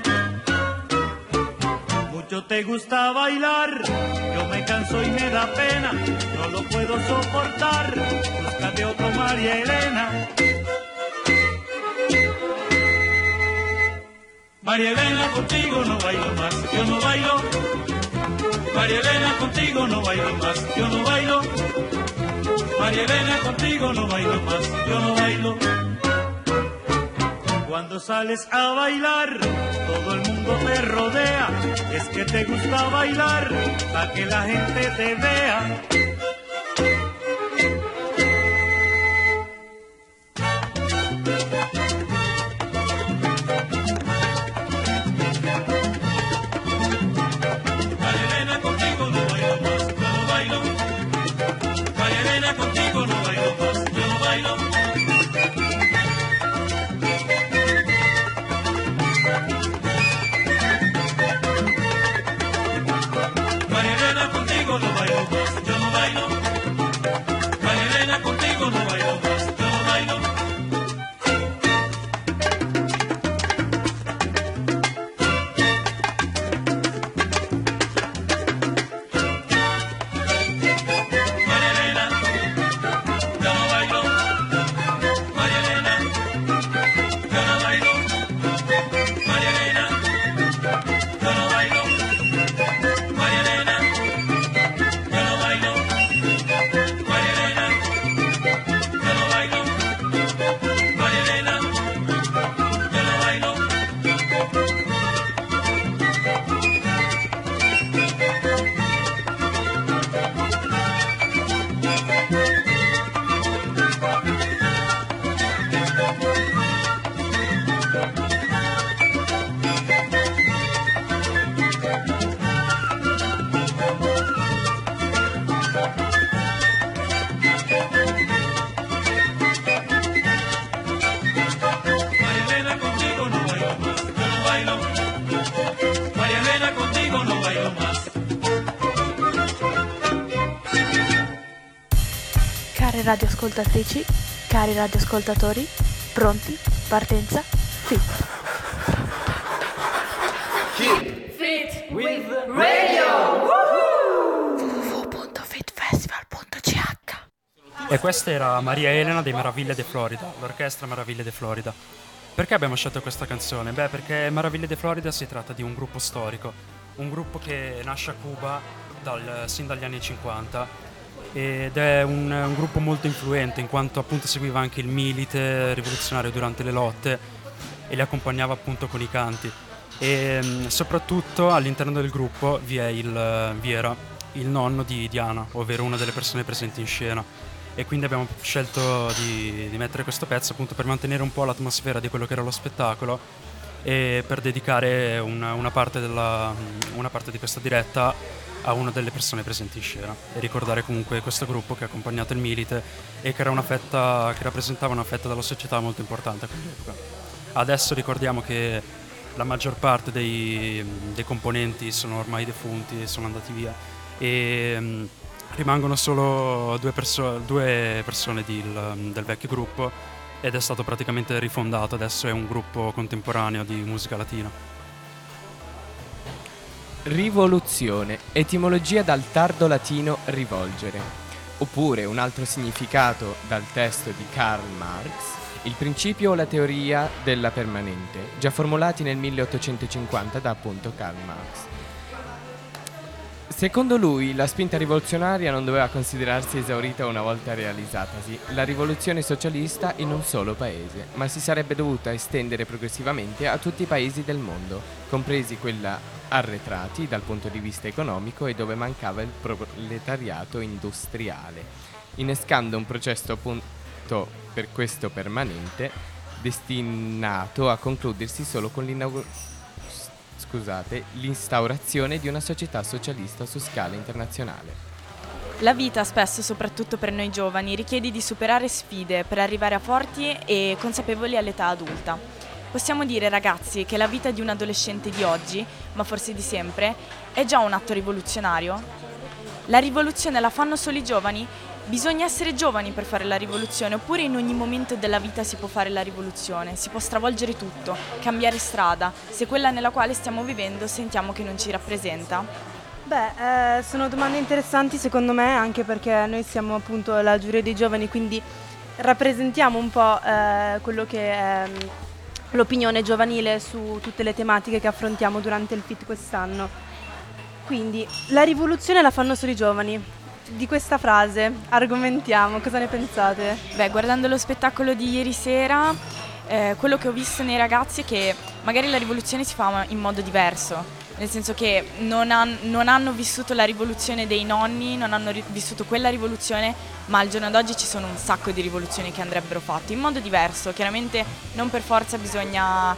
Mucho te gusta bailar, yo me canso y me da pena, no lo puedo soportar, búscate otro María Elena. María Elena, contigo no bailo más, yo no bailo. María Elena, contigo no bailo más, yo no bailo. María Elena, contigo no bailo más, yo no bailo. Cuando sales a bailar, todo el mundo te rodea, es que te gusta bailar, para que la gente te vea. Care radioascoltatrici, cari radioascoltatori, pronti? Partenza? Fit! Keep fit with radio! www.fitfestival.ch. E questa era Maria Elena dei Maraville de Florida, l'orchestra Maraville de Florida. Perché abbiamo scelto questa canzone? Beh, perché Maraville de Florida si tratta di un gruppo storico, un gruppo che nasce a Cuba sin dagli anni 50, ed è un gruppo molto influente in quanto appunto seguiva anche il milite rivoluzionario durante le lotte e li accompagnava appunto con i canti. E soprattutto all'interno del gruppo vi era il nonno di Diana, ovvero una delle persone presenti in scena, e quindi abbiamo scelto di mettere questo pezzo appunto per mantenere un po' l'atmosfera di quello che era lo spettacolo e per dedicare una parte di questa diretta a una delle persone presenti in scena e ricordare comunque questo gruppo che ha accompagnato il milite e che rappresentava una fetta della società molto importante a quell'epoca. Adesso ricordiamo che la maggior parte dei componenti sono ormai defunti, sono andati via e rimangono solo due persone del vecchio gruppo ed è stato praticamente rifondato, adesso è un gruppo contemporaneo di musica latina. Rivoluzione, etimologia dal tardo latino rivolgere, oppure un altro significato dal testo di Karl Marx, il principio o la teoria della permanente, già formulati nel 1850 da appunto Karl Marx. Secondo lui, la spinta rivoluzionaria non doveva considerarsi esaurita una volta realizzatasi la rivoluzione socialista in un solo paese, ma si sarebbe dovuta estendere progressivamente a tutti i paesi del mondo, compresi quelli arretrati dal punto di vista economico e dove mancava il proletariato industriale, innescando un processo appunto per questo permanente, destinato a concludersi solo con l'instaurazione di una società socialista su scala internazionale. La vita spesso, soprattutto per noi giovani, richiede di superare sfide per arrivare a forti e consapevoli all'età adulta. Possiamo dire, ragazzi, che la vita di un adolescente di oggi, ma forse di sempre, è già un atto rivoluzionario? La rivoluzione la fanno solo i giovani? Bisogna essere giovani per fare la rivoluzione, oppure in ogni momento della vita si può fare la rivoluzione, si può stravolgere tutto, cambiare strada, se quella nella quale stiamo vivendo sentiamo che non ci rappresenta? Sono domande interessanti secondo me, anche perché noi siamo appunto la giuria dei giovani, quindi rappresentiamo un po' quello che è l'opinione giovanile su tutte le tematiche che affrontiamo durante il FIT quest'anno. Quindi la rivoluzione la fanno solo i giovani. Di questa frase argomentiamo, cosa ne pensate? Guardando lo spettacolo di ieri sera, quello che ho visto nei ragazzi è che magari la rivoluzione si fa in modo diverso, nel senso che non hanno vissuto la rivoluzione dei nonni, non hanno vissuto quella rivoluzione, ma al giorno d'oggi ci sono un sacco di rivoluzioni che andrebbero fatte in modo diverso. Chiaramente non per forza bisogna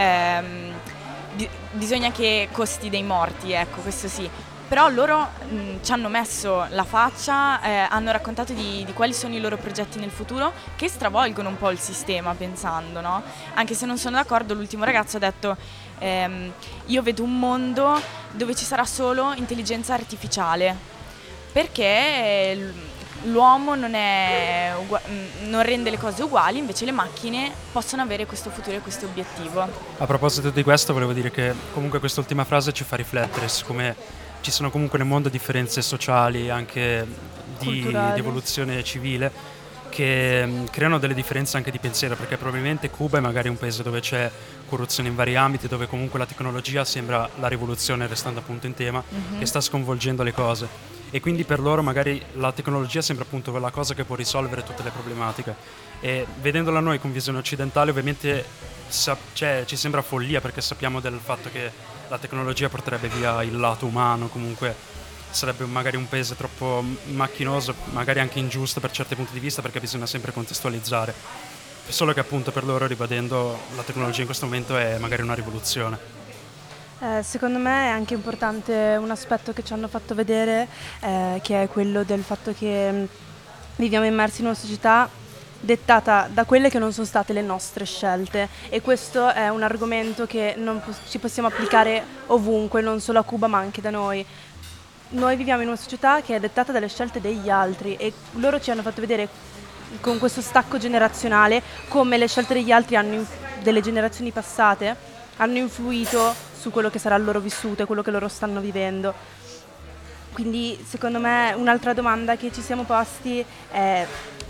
che costi dei morti, ecco, questo sì. Però loro ci hanno messo la faccia, hanno raccontato di quali sono i loro progetti nel futuro, che stravolgono un po' il sistema pensando, no? Anche se non sono d'accordo, l'ultimo ragazzo ha detto io vedo un mondo dove ci sarà solo intelligenza artificiale, perché l'uomo non rende le cose uguali, invece le macchine possono avere questo futuro e questo obiettivo. A proposito di questo volevo dire che comunque quest'ultima frase ci fa riflettere, siccome ci sono comunque nel mondo differenze sociali, anche di evoluzione civile, che creano delle differenze anche di pensiero, perché probabilmente Cuba è magari un paese dove c'è corruzione in vari ambiti, dove comunque la tecnologia sembra la rivoluzione, restando appunto in tema, che sta sconvolgendo le cose. E quindi per loro magari la tecnologia sembra appunto quella cosa che può risolvere tutte le problematiche. E vedendola noi con visione occidentale ovviamente ci sembra follia, perché sappiamo del fatto che la tecnologia porterebbe via il lato umano, comunque sarebbe magari un paese troppo macchinoso, magari anche ingiusto per certi punti di vista, perché bisogna sempre contestualizzare. Solo che appunto per loro, ribadendo, la tecnologia in questo momento è magari una rivoluzione. Secondo me è anche importante un aspetto che ci hanno fatto vedere, che è quello del fatto che viviamo immersi in una società dettata da quelle che non sono state le nostre scelte, e questo è un argomento che ci possiamo applicare ovunque, non solo a Cuba ma anche da noi. Noi viviamo in una società che è dettata dalle scelte degli altri, e loro ci hanno fatto vedere con questo stacco generazionale come le scelte degli altri delle generazioni passate hanno influito su quello che sarà il loro vissuto e quello che loro stanno vivendo. Quindi secondo me un'altra domanda che ci siamo posti è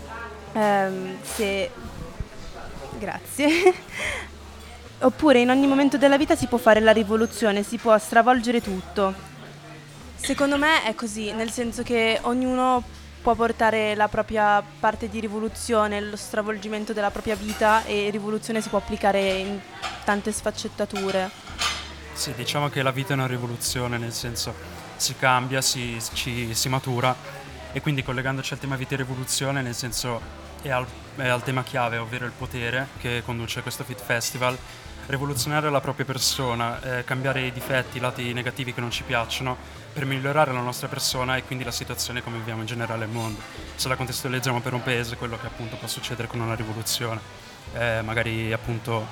grazie. Oppure in ogni momento della vita si può fare la rivoluzione, si può stravolgere tutto. Secondo me è così, nel senso che ognuno può portare la propria parte di rivoluzione, lo stravolgimento della propria vita, e rivoluzione si può applicare in tante sfaccettature. Sì, diciamo che la vita è una rivoluzione, nel senso si cambia, si matura, e quindi collegandoci al tema vita e rivoluzione, nel senso è al tema chiave, ovvero il potere che conduce a questo FIT Festival, rivoluzionare la propria persona, cambiare i difetti, i lati negativi che non ci piacciono, per migliorare la nostra persona e quindi la situazione come viviamo in generale al mondo. Se la contestualizziamo per un paese, quello che appunto può succedere con una rivoluzione, magari appunto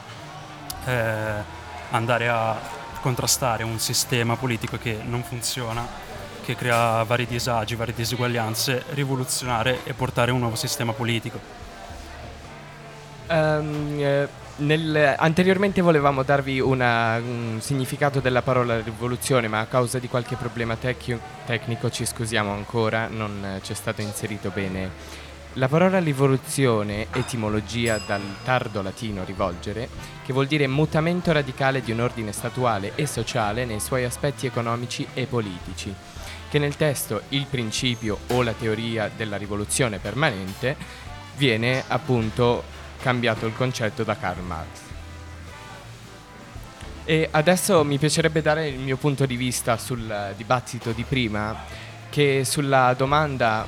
andare a contrastare un sistema politico che non funziona, che crea vari disagi, varie diseguaglianze, rivoluzionare e portare un nuovo sistema politico. Anteriormente volevamo darvi un significato della parola rivoluzione, ma a causa di qualche problema tecnico ci scusiamo ancora, non c'è stato inserito bene. La parola rivoluzione, etimologia dal tardo latino rivolgere, che vuol dire mutamento radicale di un ordine statuale e sociale nei suoi aspetti economici e politici, che nel testo il principio o la teoria della rivoluzione permanente viene appunto cambiato il concetto da Karl Marx. E adesso mi piacerebbe dare il mio punto di vista sul dibattito di prima, che sulla domanda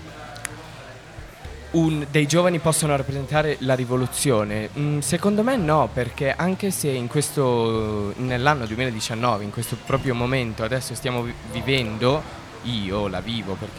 dei giovani possono rappresentare la rivoluzione. Secondo me no, perché anche se nell'anno 2019, in questo proprio momento, adesso stiamo vivendo, io la vivo perché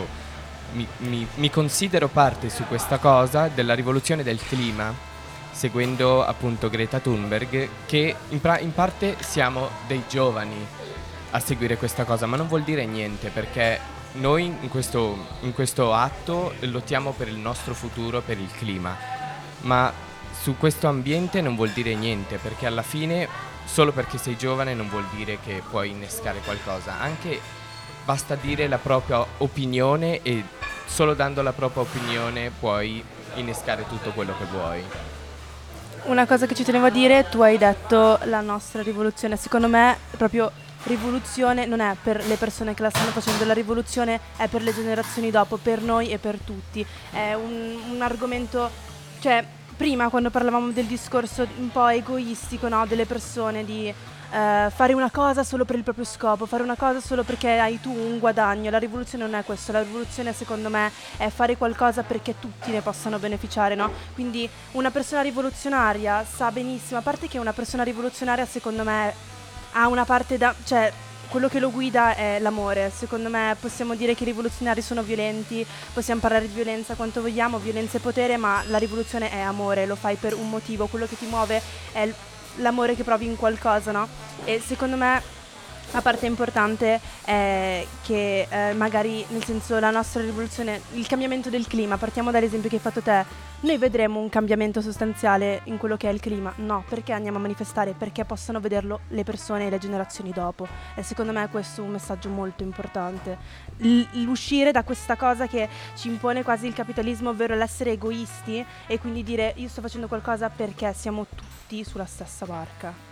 mi considero parte su questa cosa della rivoluzione del clima, seguendo appunto Greta Thunberg, che in parte siamo dei giovani a seguire questa cosa, ma non vuol dire niente, perché noi in questo atto lottiamo per il nostro futuro, per il clima, ma su questo ambiente non vuol dire niente, perché alla fine solo perché sei giovane non vuol dire che puoi innescare qualcosa, anche basta dire la propria opinione e solo dando la propria opinione puoi innescare tutto quello che vuoi. Una cosa che ci tenevo a dire, tu hai detto la nostra rivoluzione, secondo me proprio rivoluzione non è per le persone che la stanno facendo, la rivoluzione è per le generazioni dopo, per noi e per tutti. È un argomento, cioè prima quando parlavamo del discorso un po' egoistico, no, delle persone di fare una cosa solo per il proprio scopo, fare una cosa solo perché hai tu un guadagno. La rivoluzione non è questo, la rivoluzione secondo me è fare qualcosa perché tutti ne possano beneficiare, no? Quindi una persona rivoluzionaria sa benissimo, a parte che una persona rivoluzionaria secondo me ha una parte cioè quello che lo guida è l'amore. Secondo me possiamo dire che i rivoluzionari sono violenti, possiamo parlare di violenza quanto vogliamo, violenza e potere, ma la rivoluzione è amore, lo fai per un motivo, quello che ti muove è l'amore che provi in qualcosa, no? E secondo me la parte importante è che magari, nel senso, la nostra rivoluzione, il cambiamento del clima, partiamo dall'esempio che hai fatto te, noi vedremo un cambiamento sostanziale in quello che è il clima? No, perché andiamo a manifestare? Perché possano vederlo le persone e le generazioni dopo. E secondo me questo è un messaggio molto importante. L'uscire da questa cosa che ci impone quasi il capitalismo, ovvero l'essere egoisti e quindi dire io sto facendo qualcosa perché siamo tutti sulla stessa barca.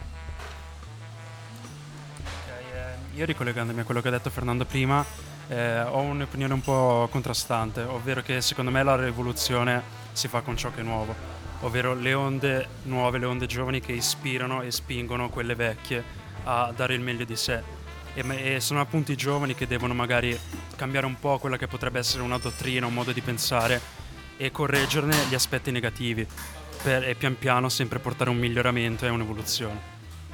Io, ricollegandomi a quello che ha detto Fernando prima, ho un'opinione un po' contrastante, ovvero che secondo me la rivoluzione si fa con ciò che è nuovo, ovvero le onde nuove, le onde giovani che ispirano e spingono quelle vecchie a dare il meglio di sé. E sono appunto i giovani che devono magari cambiare un po' quella che potrebbe essere una dottrina, un modo di pensare e correggerne gli aspetti negativi e pian piano sempre portare un miglioramento e un'evoluzione.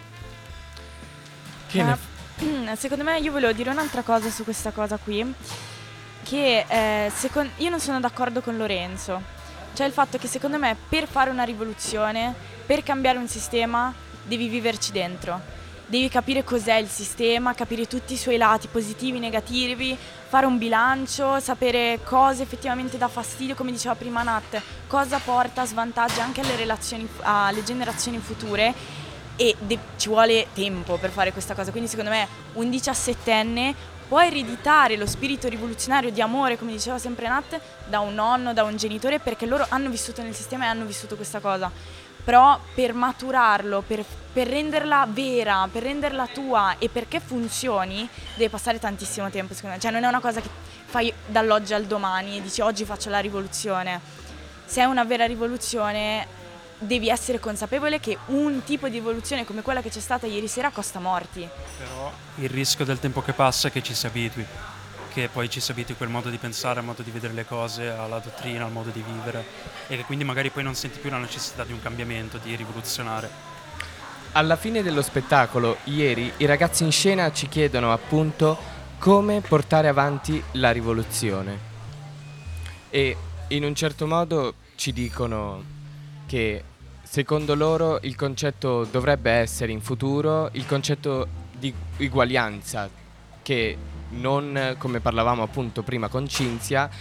Secondo me, io volevo dire un'altra cosa su questa cosa qui, che io non sono d'accordo con Lorenzo, cioè il fatto che secondo me per fare una rivoluzione, per cambiare un sistema, devi viverci dentro, devi capire cos'è il sistema, capire tutti i suoi lati positivi, negativi, fare un bilancio, sapere cosa effettivamente dà fastidio, come diceva prima Nat, cosa porta svantaggi anche alle generazioni future. E ci vuole tempo per fare questa cosa, quindi secondo me un 17enne può ereditare lo spirito rivoluzionario di amore, come diceva sempre Nat, da un nonno, da un genitore, perché loro hanno vissuto nel sistema e hanno vissuto questa cosa. Però per maturarlo, per renderla vera, per renderla tua e perché funzioni, deve passare tantissimo tempo, secondo me. Cioè non è una cosa che fai dall'oggi al domani e dici oggi faccio la rivoluzione. Se è una vera rivoluzione devi essere consapevole che un tipo di evoluzione come quella che c'è stata ieri sera costa morti. Però il rischio del tempo che passa è che ci si abitui, che poi ci si abitui a quel modo di pensare, al modo di vedere le cose, alla dottrina, al modo di vivere, e che quindi magari poi non senti più la necessità di un cambiamento, di rivoluzionare. Alla fine dello spettacolo, ieri, i ragazzi in scena ci chiedono appunto come portare avanti la rivoluzione. E in un certo modo ci dicono che secondo loro il concetto dovrebbe essere in futuro il concetto di uguaglianza, che non, come parlavamo appunto prima con Cinzia,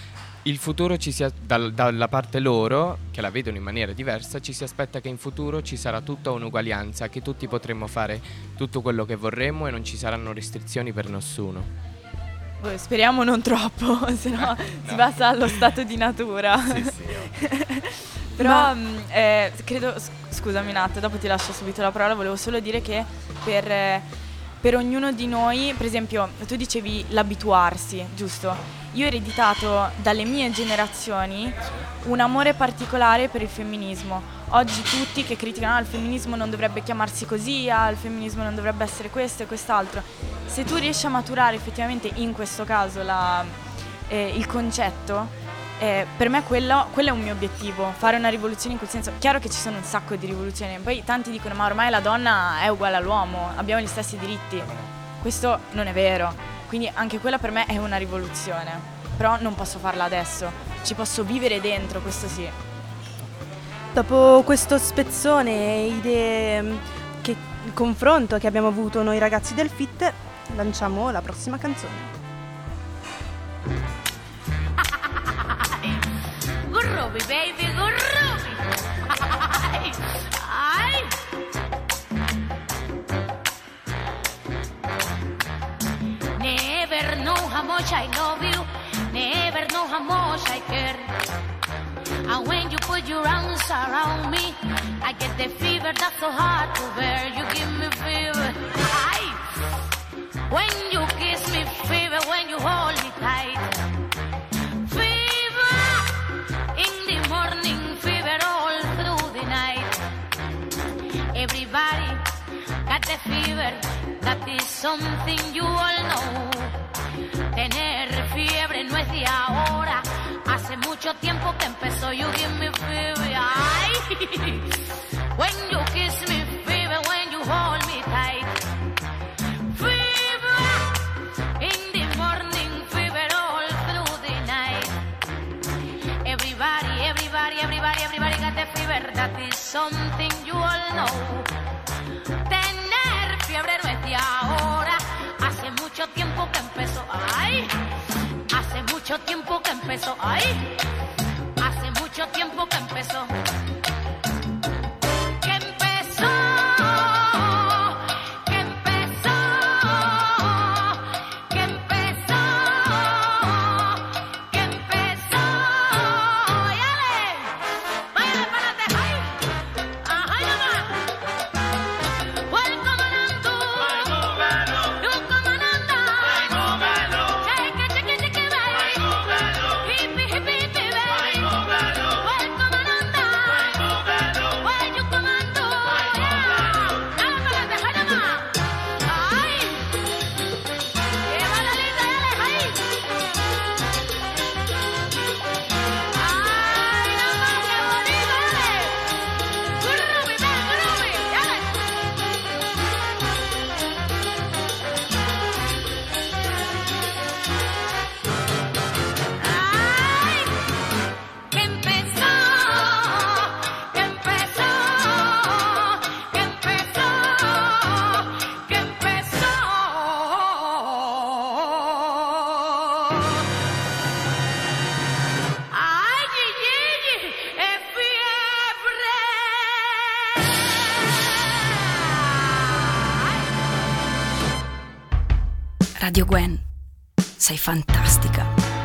il futuro dalla parte loro, che la vedono in maniera diversa, ci si aspetta che in futuro ci sarà tutta un'uguaglianza, che tutti potremmo fare tutto quello che vorremmo e non ci saranno restrizioni per nessuno. Speriamo non troppo, se no si passa allo stato di natura. Sì. Però credo, scusami Nat, dopo ti lascio subito la parola, volevo solo dire che per ognuno di noi, per esempio, tu dicevi l'abituarsi, giusto? Io ho ereditato dalle mie generazioni un amore particolare per il femminismo. Oggi tutti che criticano il femminismo non dovrebbe chiamarsi così, il femminismo non dovrebbe essere questo e quest'altro. Se tu riesci a maturare effettivamente in questo caso il concetto, per me quello è un mio obiettivo, fare una rivoluzione in quel senso. Chiaro che ci sono un sacco di rivoluzioni, poi tanti dicono ma ormai la donna è uguale all'uomo, abbiamo gli stessi diritti. Questo non è vero. Quindi anche quella per me è una rivoluzione, però non posso farla adesso, ci posso vivere dentro, questo sì. Dopo questo spezzone idee, confronto che abbiamo avuto noi ragazzi del FIT, lanciamo la prossima canzone. Groovy baby, groovy. Never know how much I love you, never know how much I care. And when you put your arms around me, I get the fever that's so hard to bear. You give me fever, when you kiss me, fever, when you hold me tight. Fever in the morning, fever all through the night. Everybody got the fever, that is something you all know. Tener fiebre no es de ahora, hace mucho tiempo que empezó. You give me fever, when you kiss me, fever, when you hold me tight. Fever in the morning, fever all through the night. Everybody, everybody, everybody, everybody got the fever, that is something you all know. Tener fiebre no es de ahora, hace mucho tiempo que empezó. Hace mucho tiempo que empezó. Hace mucho tiempo que empezó. Que empezó. Que empezó. Que empezó. Que empezó. ¡Yale! ¡Váyale para adelante! ¡Ajá, nomás! ¡Welcome on to! Radio Gwen, sei fantastica.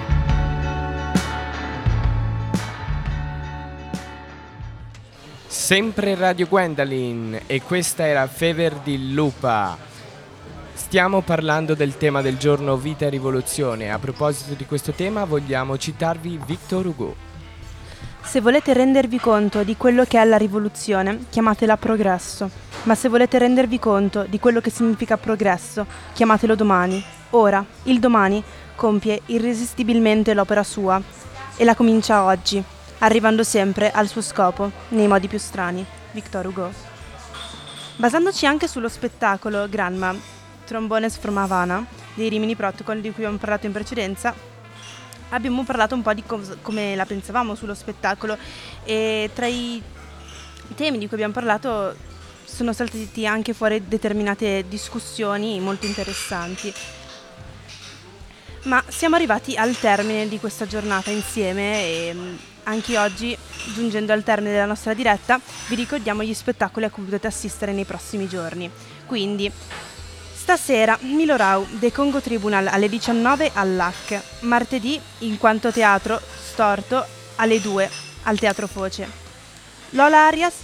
Sempre Radio Gwendalyn e questa era Fever di Lupa. Stiamo parlando del tema del giorno vita e rivoluzione. A proposito di questo tema vogliamo citarvi Victor Hugo. Se volete rendervi conto di quello che è la rivoluzione, chiamatela progresso. Ma se volete rendervi conto di quello che significa progresso, chiamatelo domani. Ora, il domani compie irresistibilmente l'opera sua e la comincia oggi, arrivando sempre al suo scopo, nei modi più strani. Victor Hugo. Basandoci anche sullo spettacolo Granma, Trombones from Havana, dei Rimini Protocol di cui abbiamo parlato in precedenza, abbiamo parlato un po' di come la pensavamo sullo spettacolo e tra i temi di cui abbiamo parlato sono saltati anche fuori determinate discussioni molto interessanti. Ma siamo arrivati al termine di questa giornata insieme e anche oggi, giungendo al termine della nostra diretta, vi ricordiamo gli spettacoli a cui potete assistere nei prossimi giorni. Quindi, stasera Milorau The Congo Tribunal alle 19 all'AC, martedì In Quanto Teatro Storto alle 2 al Teatro Foce. Lola Arias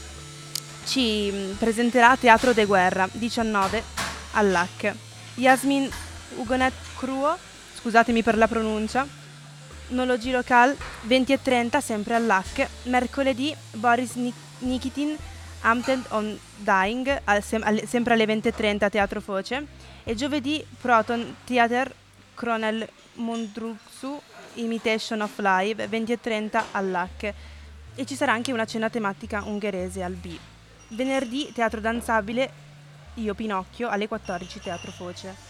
ci presenterà Teatro de Guerra 19 all'AC. Yasmin Hugonet Cruo, scusatemi per la pronuncia, Nologi Local 20:30 sempre all'AC. Mercoledì Boris Nikitin Amted on Dying sempre alle 20:30 Teatro Foce. E giovedì Proton Theater Kronel Mondruksu Imitation of Live 20:30 all'AC. E ci sarà anche una cena tematica ungherese al B. Venerdì Teatro Danzabile Io Pinocchio alle 14 Teatro Foce.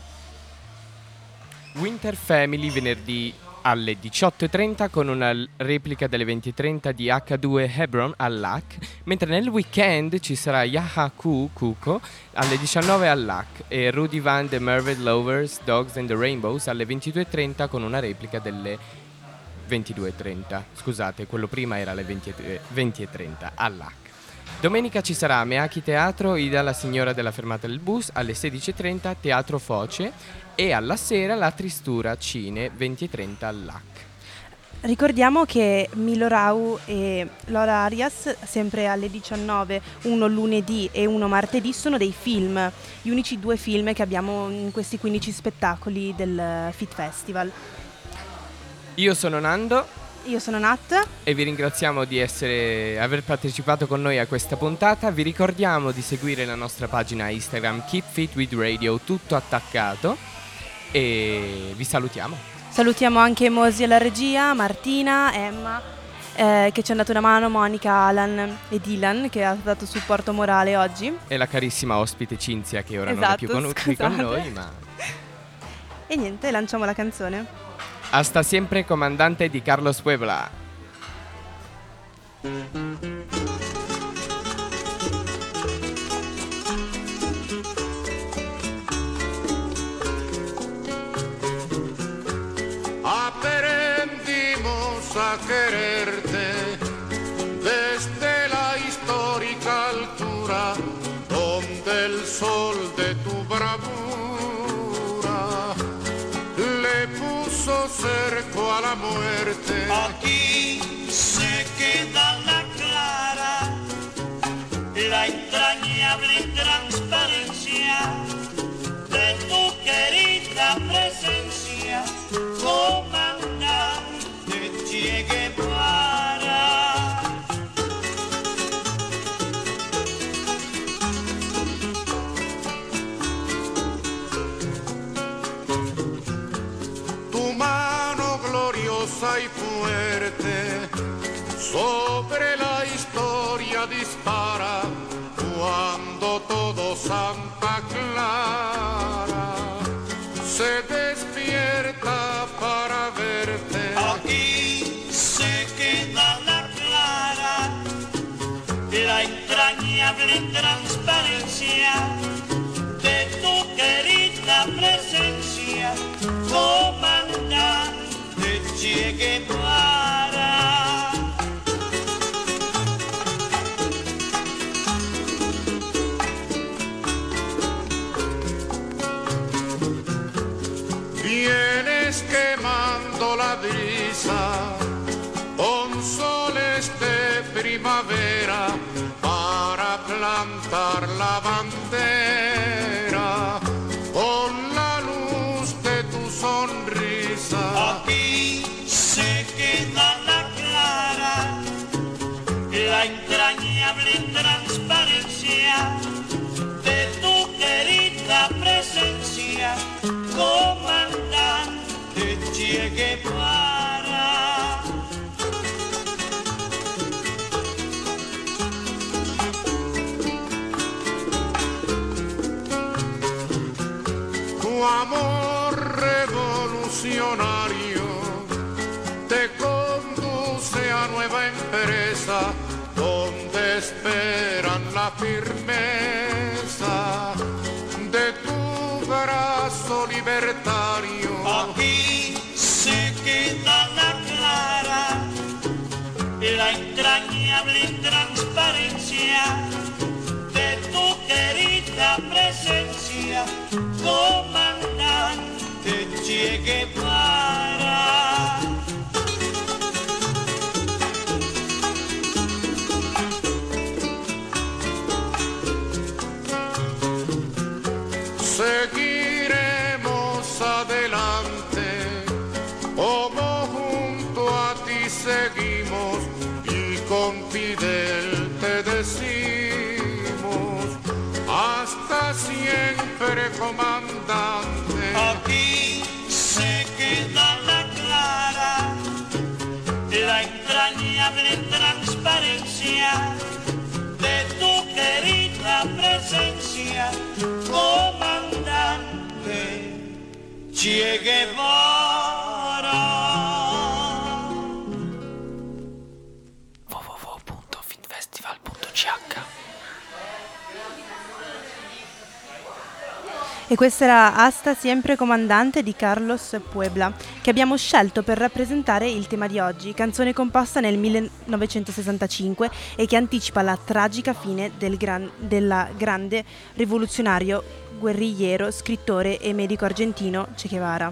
Winter Family venerdì alle 18:30 con una replica delle 20:30 di H2 Hebron all'AC, mentre nel weekend ci sarà Yaha Kuko alle 19 all'AC e Rudy Van The Mermaid Lovers Dogs and the Rainbows alle 22:30 con una replica delle 22:30. Scusate, quello prima era alle 20:30 all'AC. Domenica ci sarà Meachi Teatro Ida la signora della fermata del bus alle 16:30 Teatro Foce e alla sera La Tristura Cine 20:30 all'AC. Ricordiamo che Milorau e Lola Arias sempre alle 19, uno lunedì e uno martedì, sono dei film, gli unici 2 film che abbiamo in questi 15 spettacoli del Fit Festival. Io sono Nando. Io sono Nat e vi ringraziamo di aver partecipato con noi a questa puntata. Vi ricordiamo di seguire la nostra pagina Instagram Keep Fit with Radio, tutto attaccato, e vi salutiamo. Salutiamo anche Mosi alla regia, Martina, Emma che ci hanno dato una mano, Monica, Alan e Dylan che ha dato supporto morale oggi, e la carissima ospite Cinzia che ora non è più qui con noi, ma... E niente, lanciamo la canzone. Hasta siempre, comandante di Carlos Puebla. Aprendimos a quererte desde la histórica altura donde el sol de tu bravura le puso cerco a la muerte. Aquí se queda la clara, la entrañable transparencia de tu querida presencia, comandante Che Guevara. Y fuerte sobre la historia dispara cuando todo Santa Clara se despierta para verte. Aquí se queda la clara, la entrañable transparencia de tu querida presencia, comandante Che Guevara. Vienes quemando la brisa con soles de primavera para plantar la bandera con la luz de tu sonrisa. Aquí se queda la clara, la entrañable transparencia de tu querida presencia, comandante Che Guevara. Tu amor revolucionario te conduce a nueva empresa donde esperan la firmeza de tu brazo libertario. transparencia de tu querida presencia, comandante Che Guevara. Seguiremos adelante, como junto a ti seguimos, y con Fidel te decimos, hasta siempre, comandante. Aquí se queda la clara, la entrañable transparencia de tu querida presencia, comandante Che Guevara. www.finfestival.ch. E questa era Hasta Siempre Comandante di Carlos Puebla, che abbiamo scelto per rappresentare il tema di oggi, canzone composta nel 1965 e che anticipa la tragica fine del grande rivoluzionario, guerrigliero, scrittore e medico argentino Che Guevara.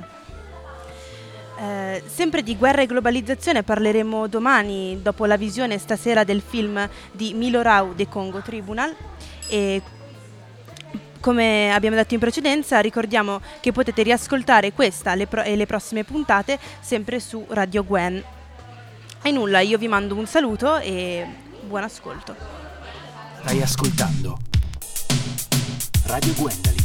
Sempre di guerra e globalizzazione parleremo domani, dopo la visione stasera del film di Milo Rau, The Congo Tribunal. E come abbiamo detto in precedenza, ricordiamo che potete riascoltare questa e le prossime puntate sempre su Radio Gwen. E nulla, io vi mando un saluto e buon ascolto. Stai ascoltando Radio Gwendali.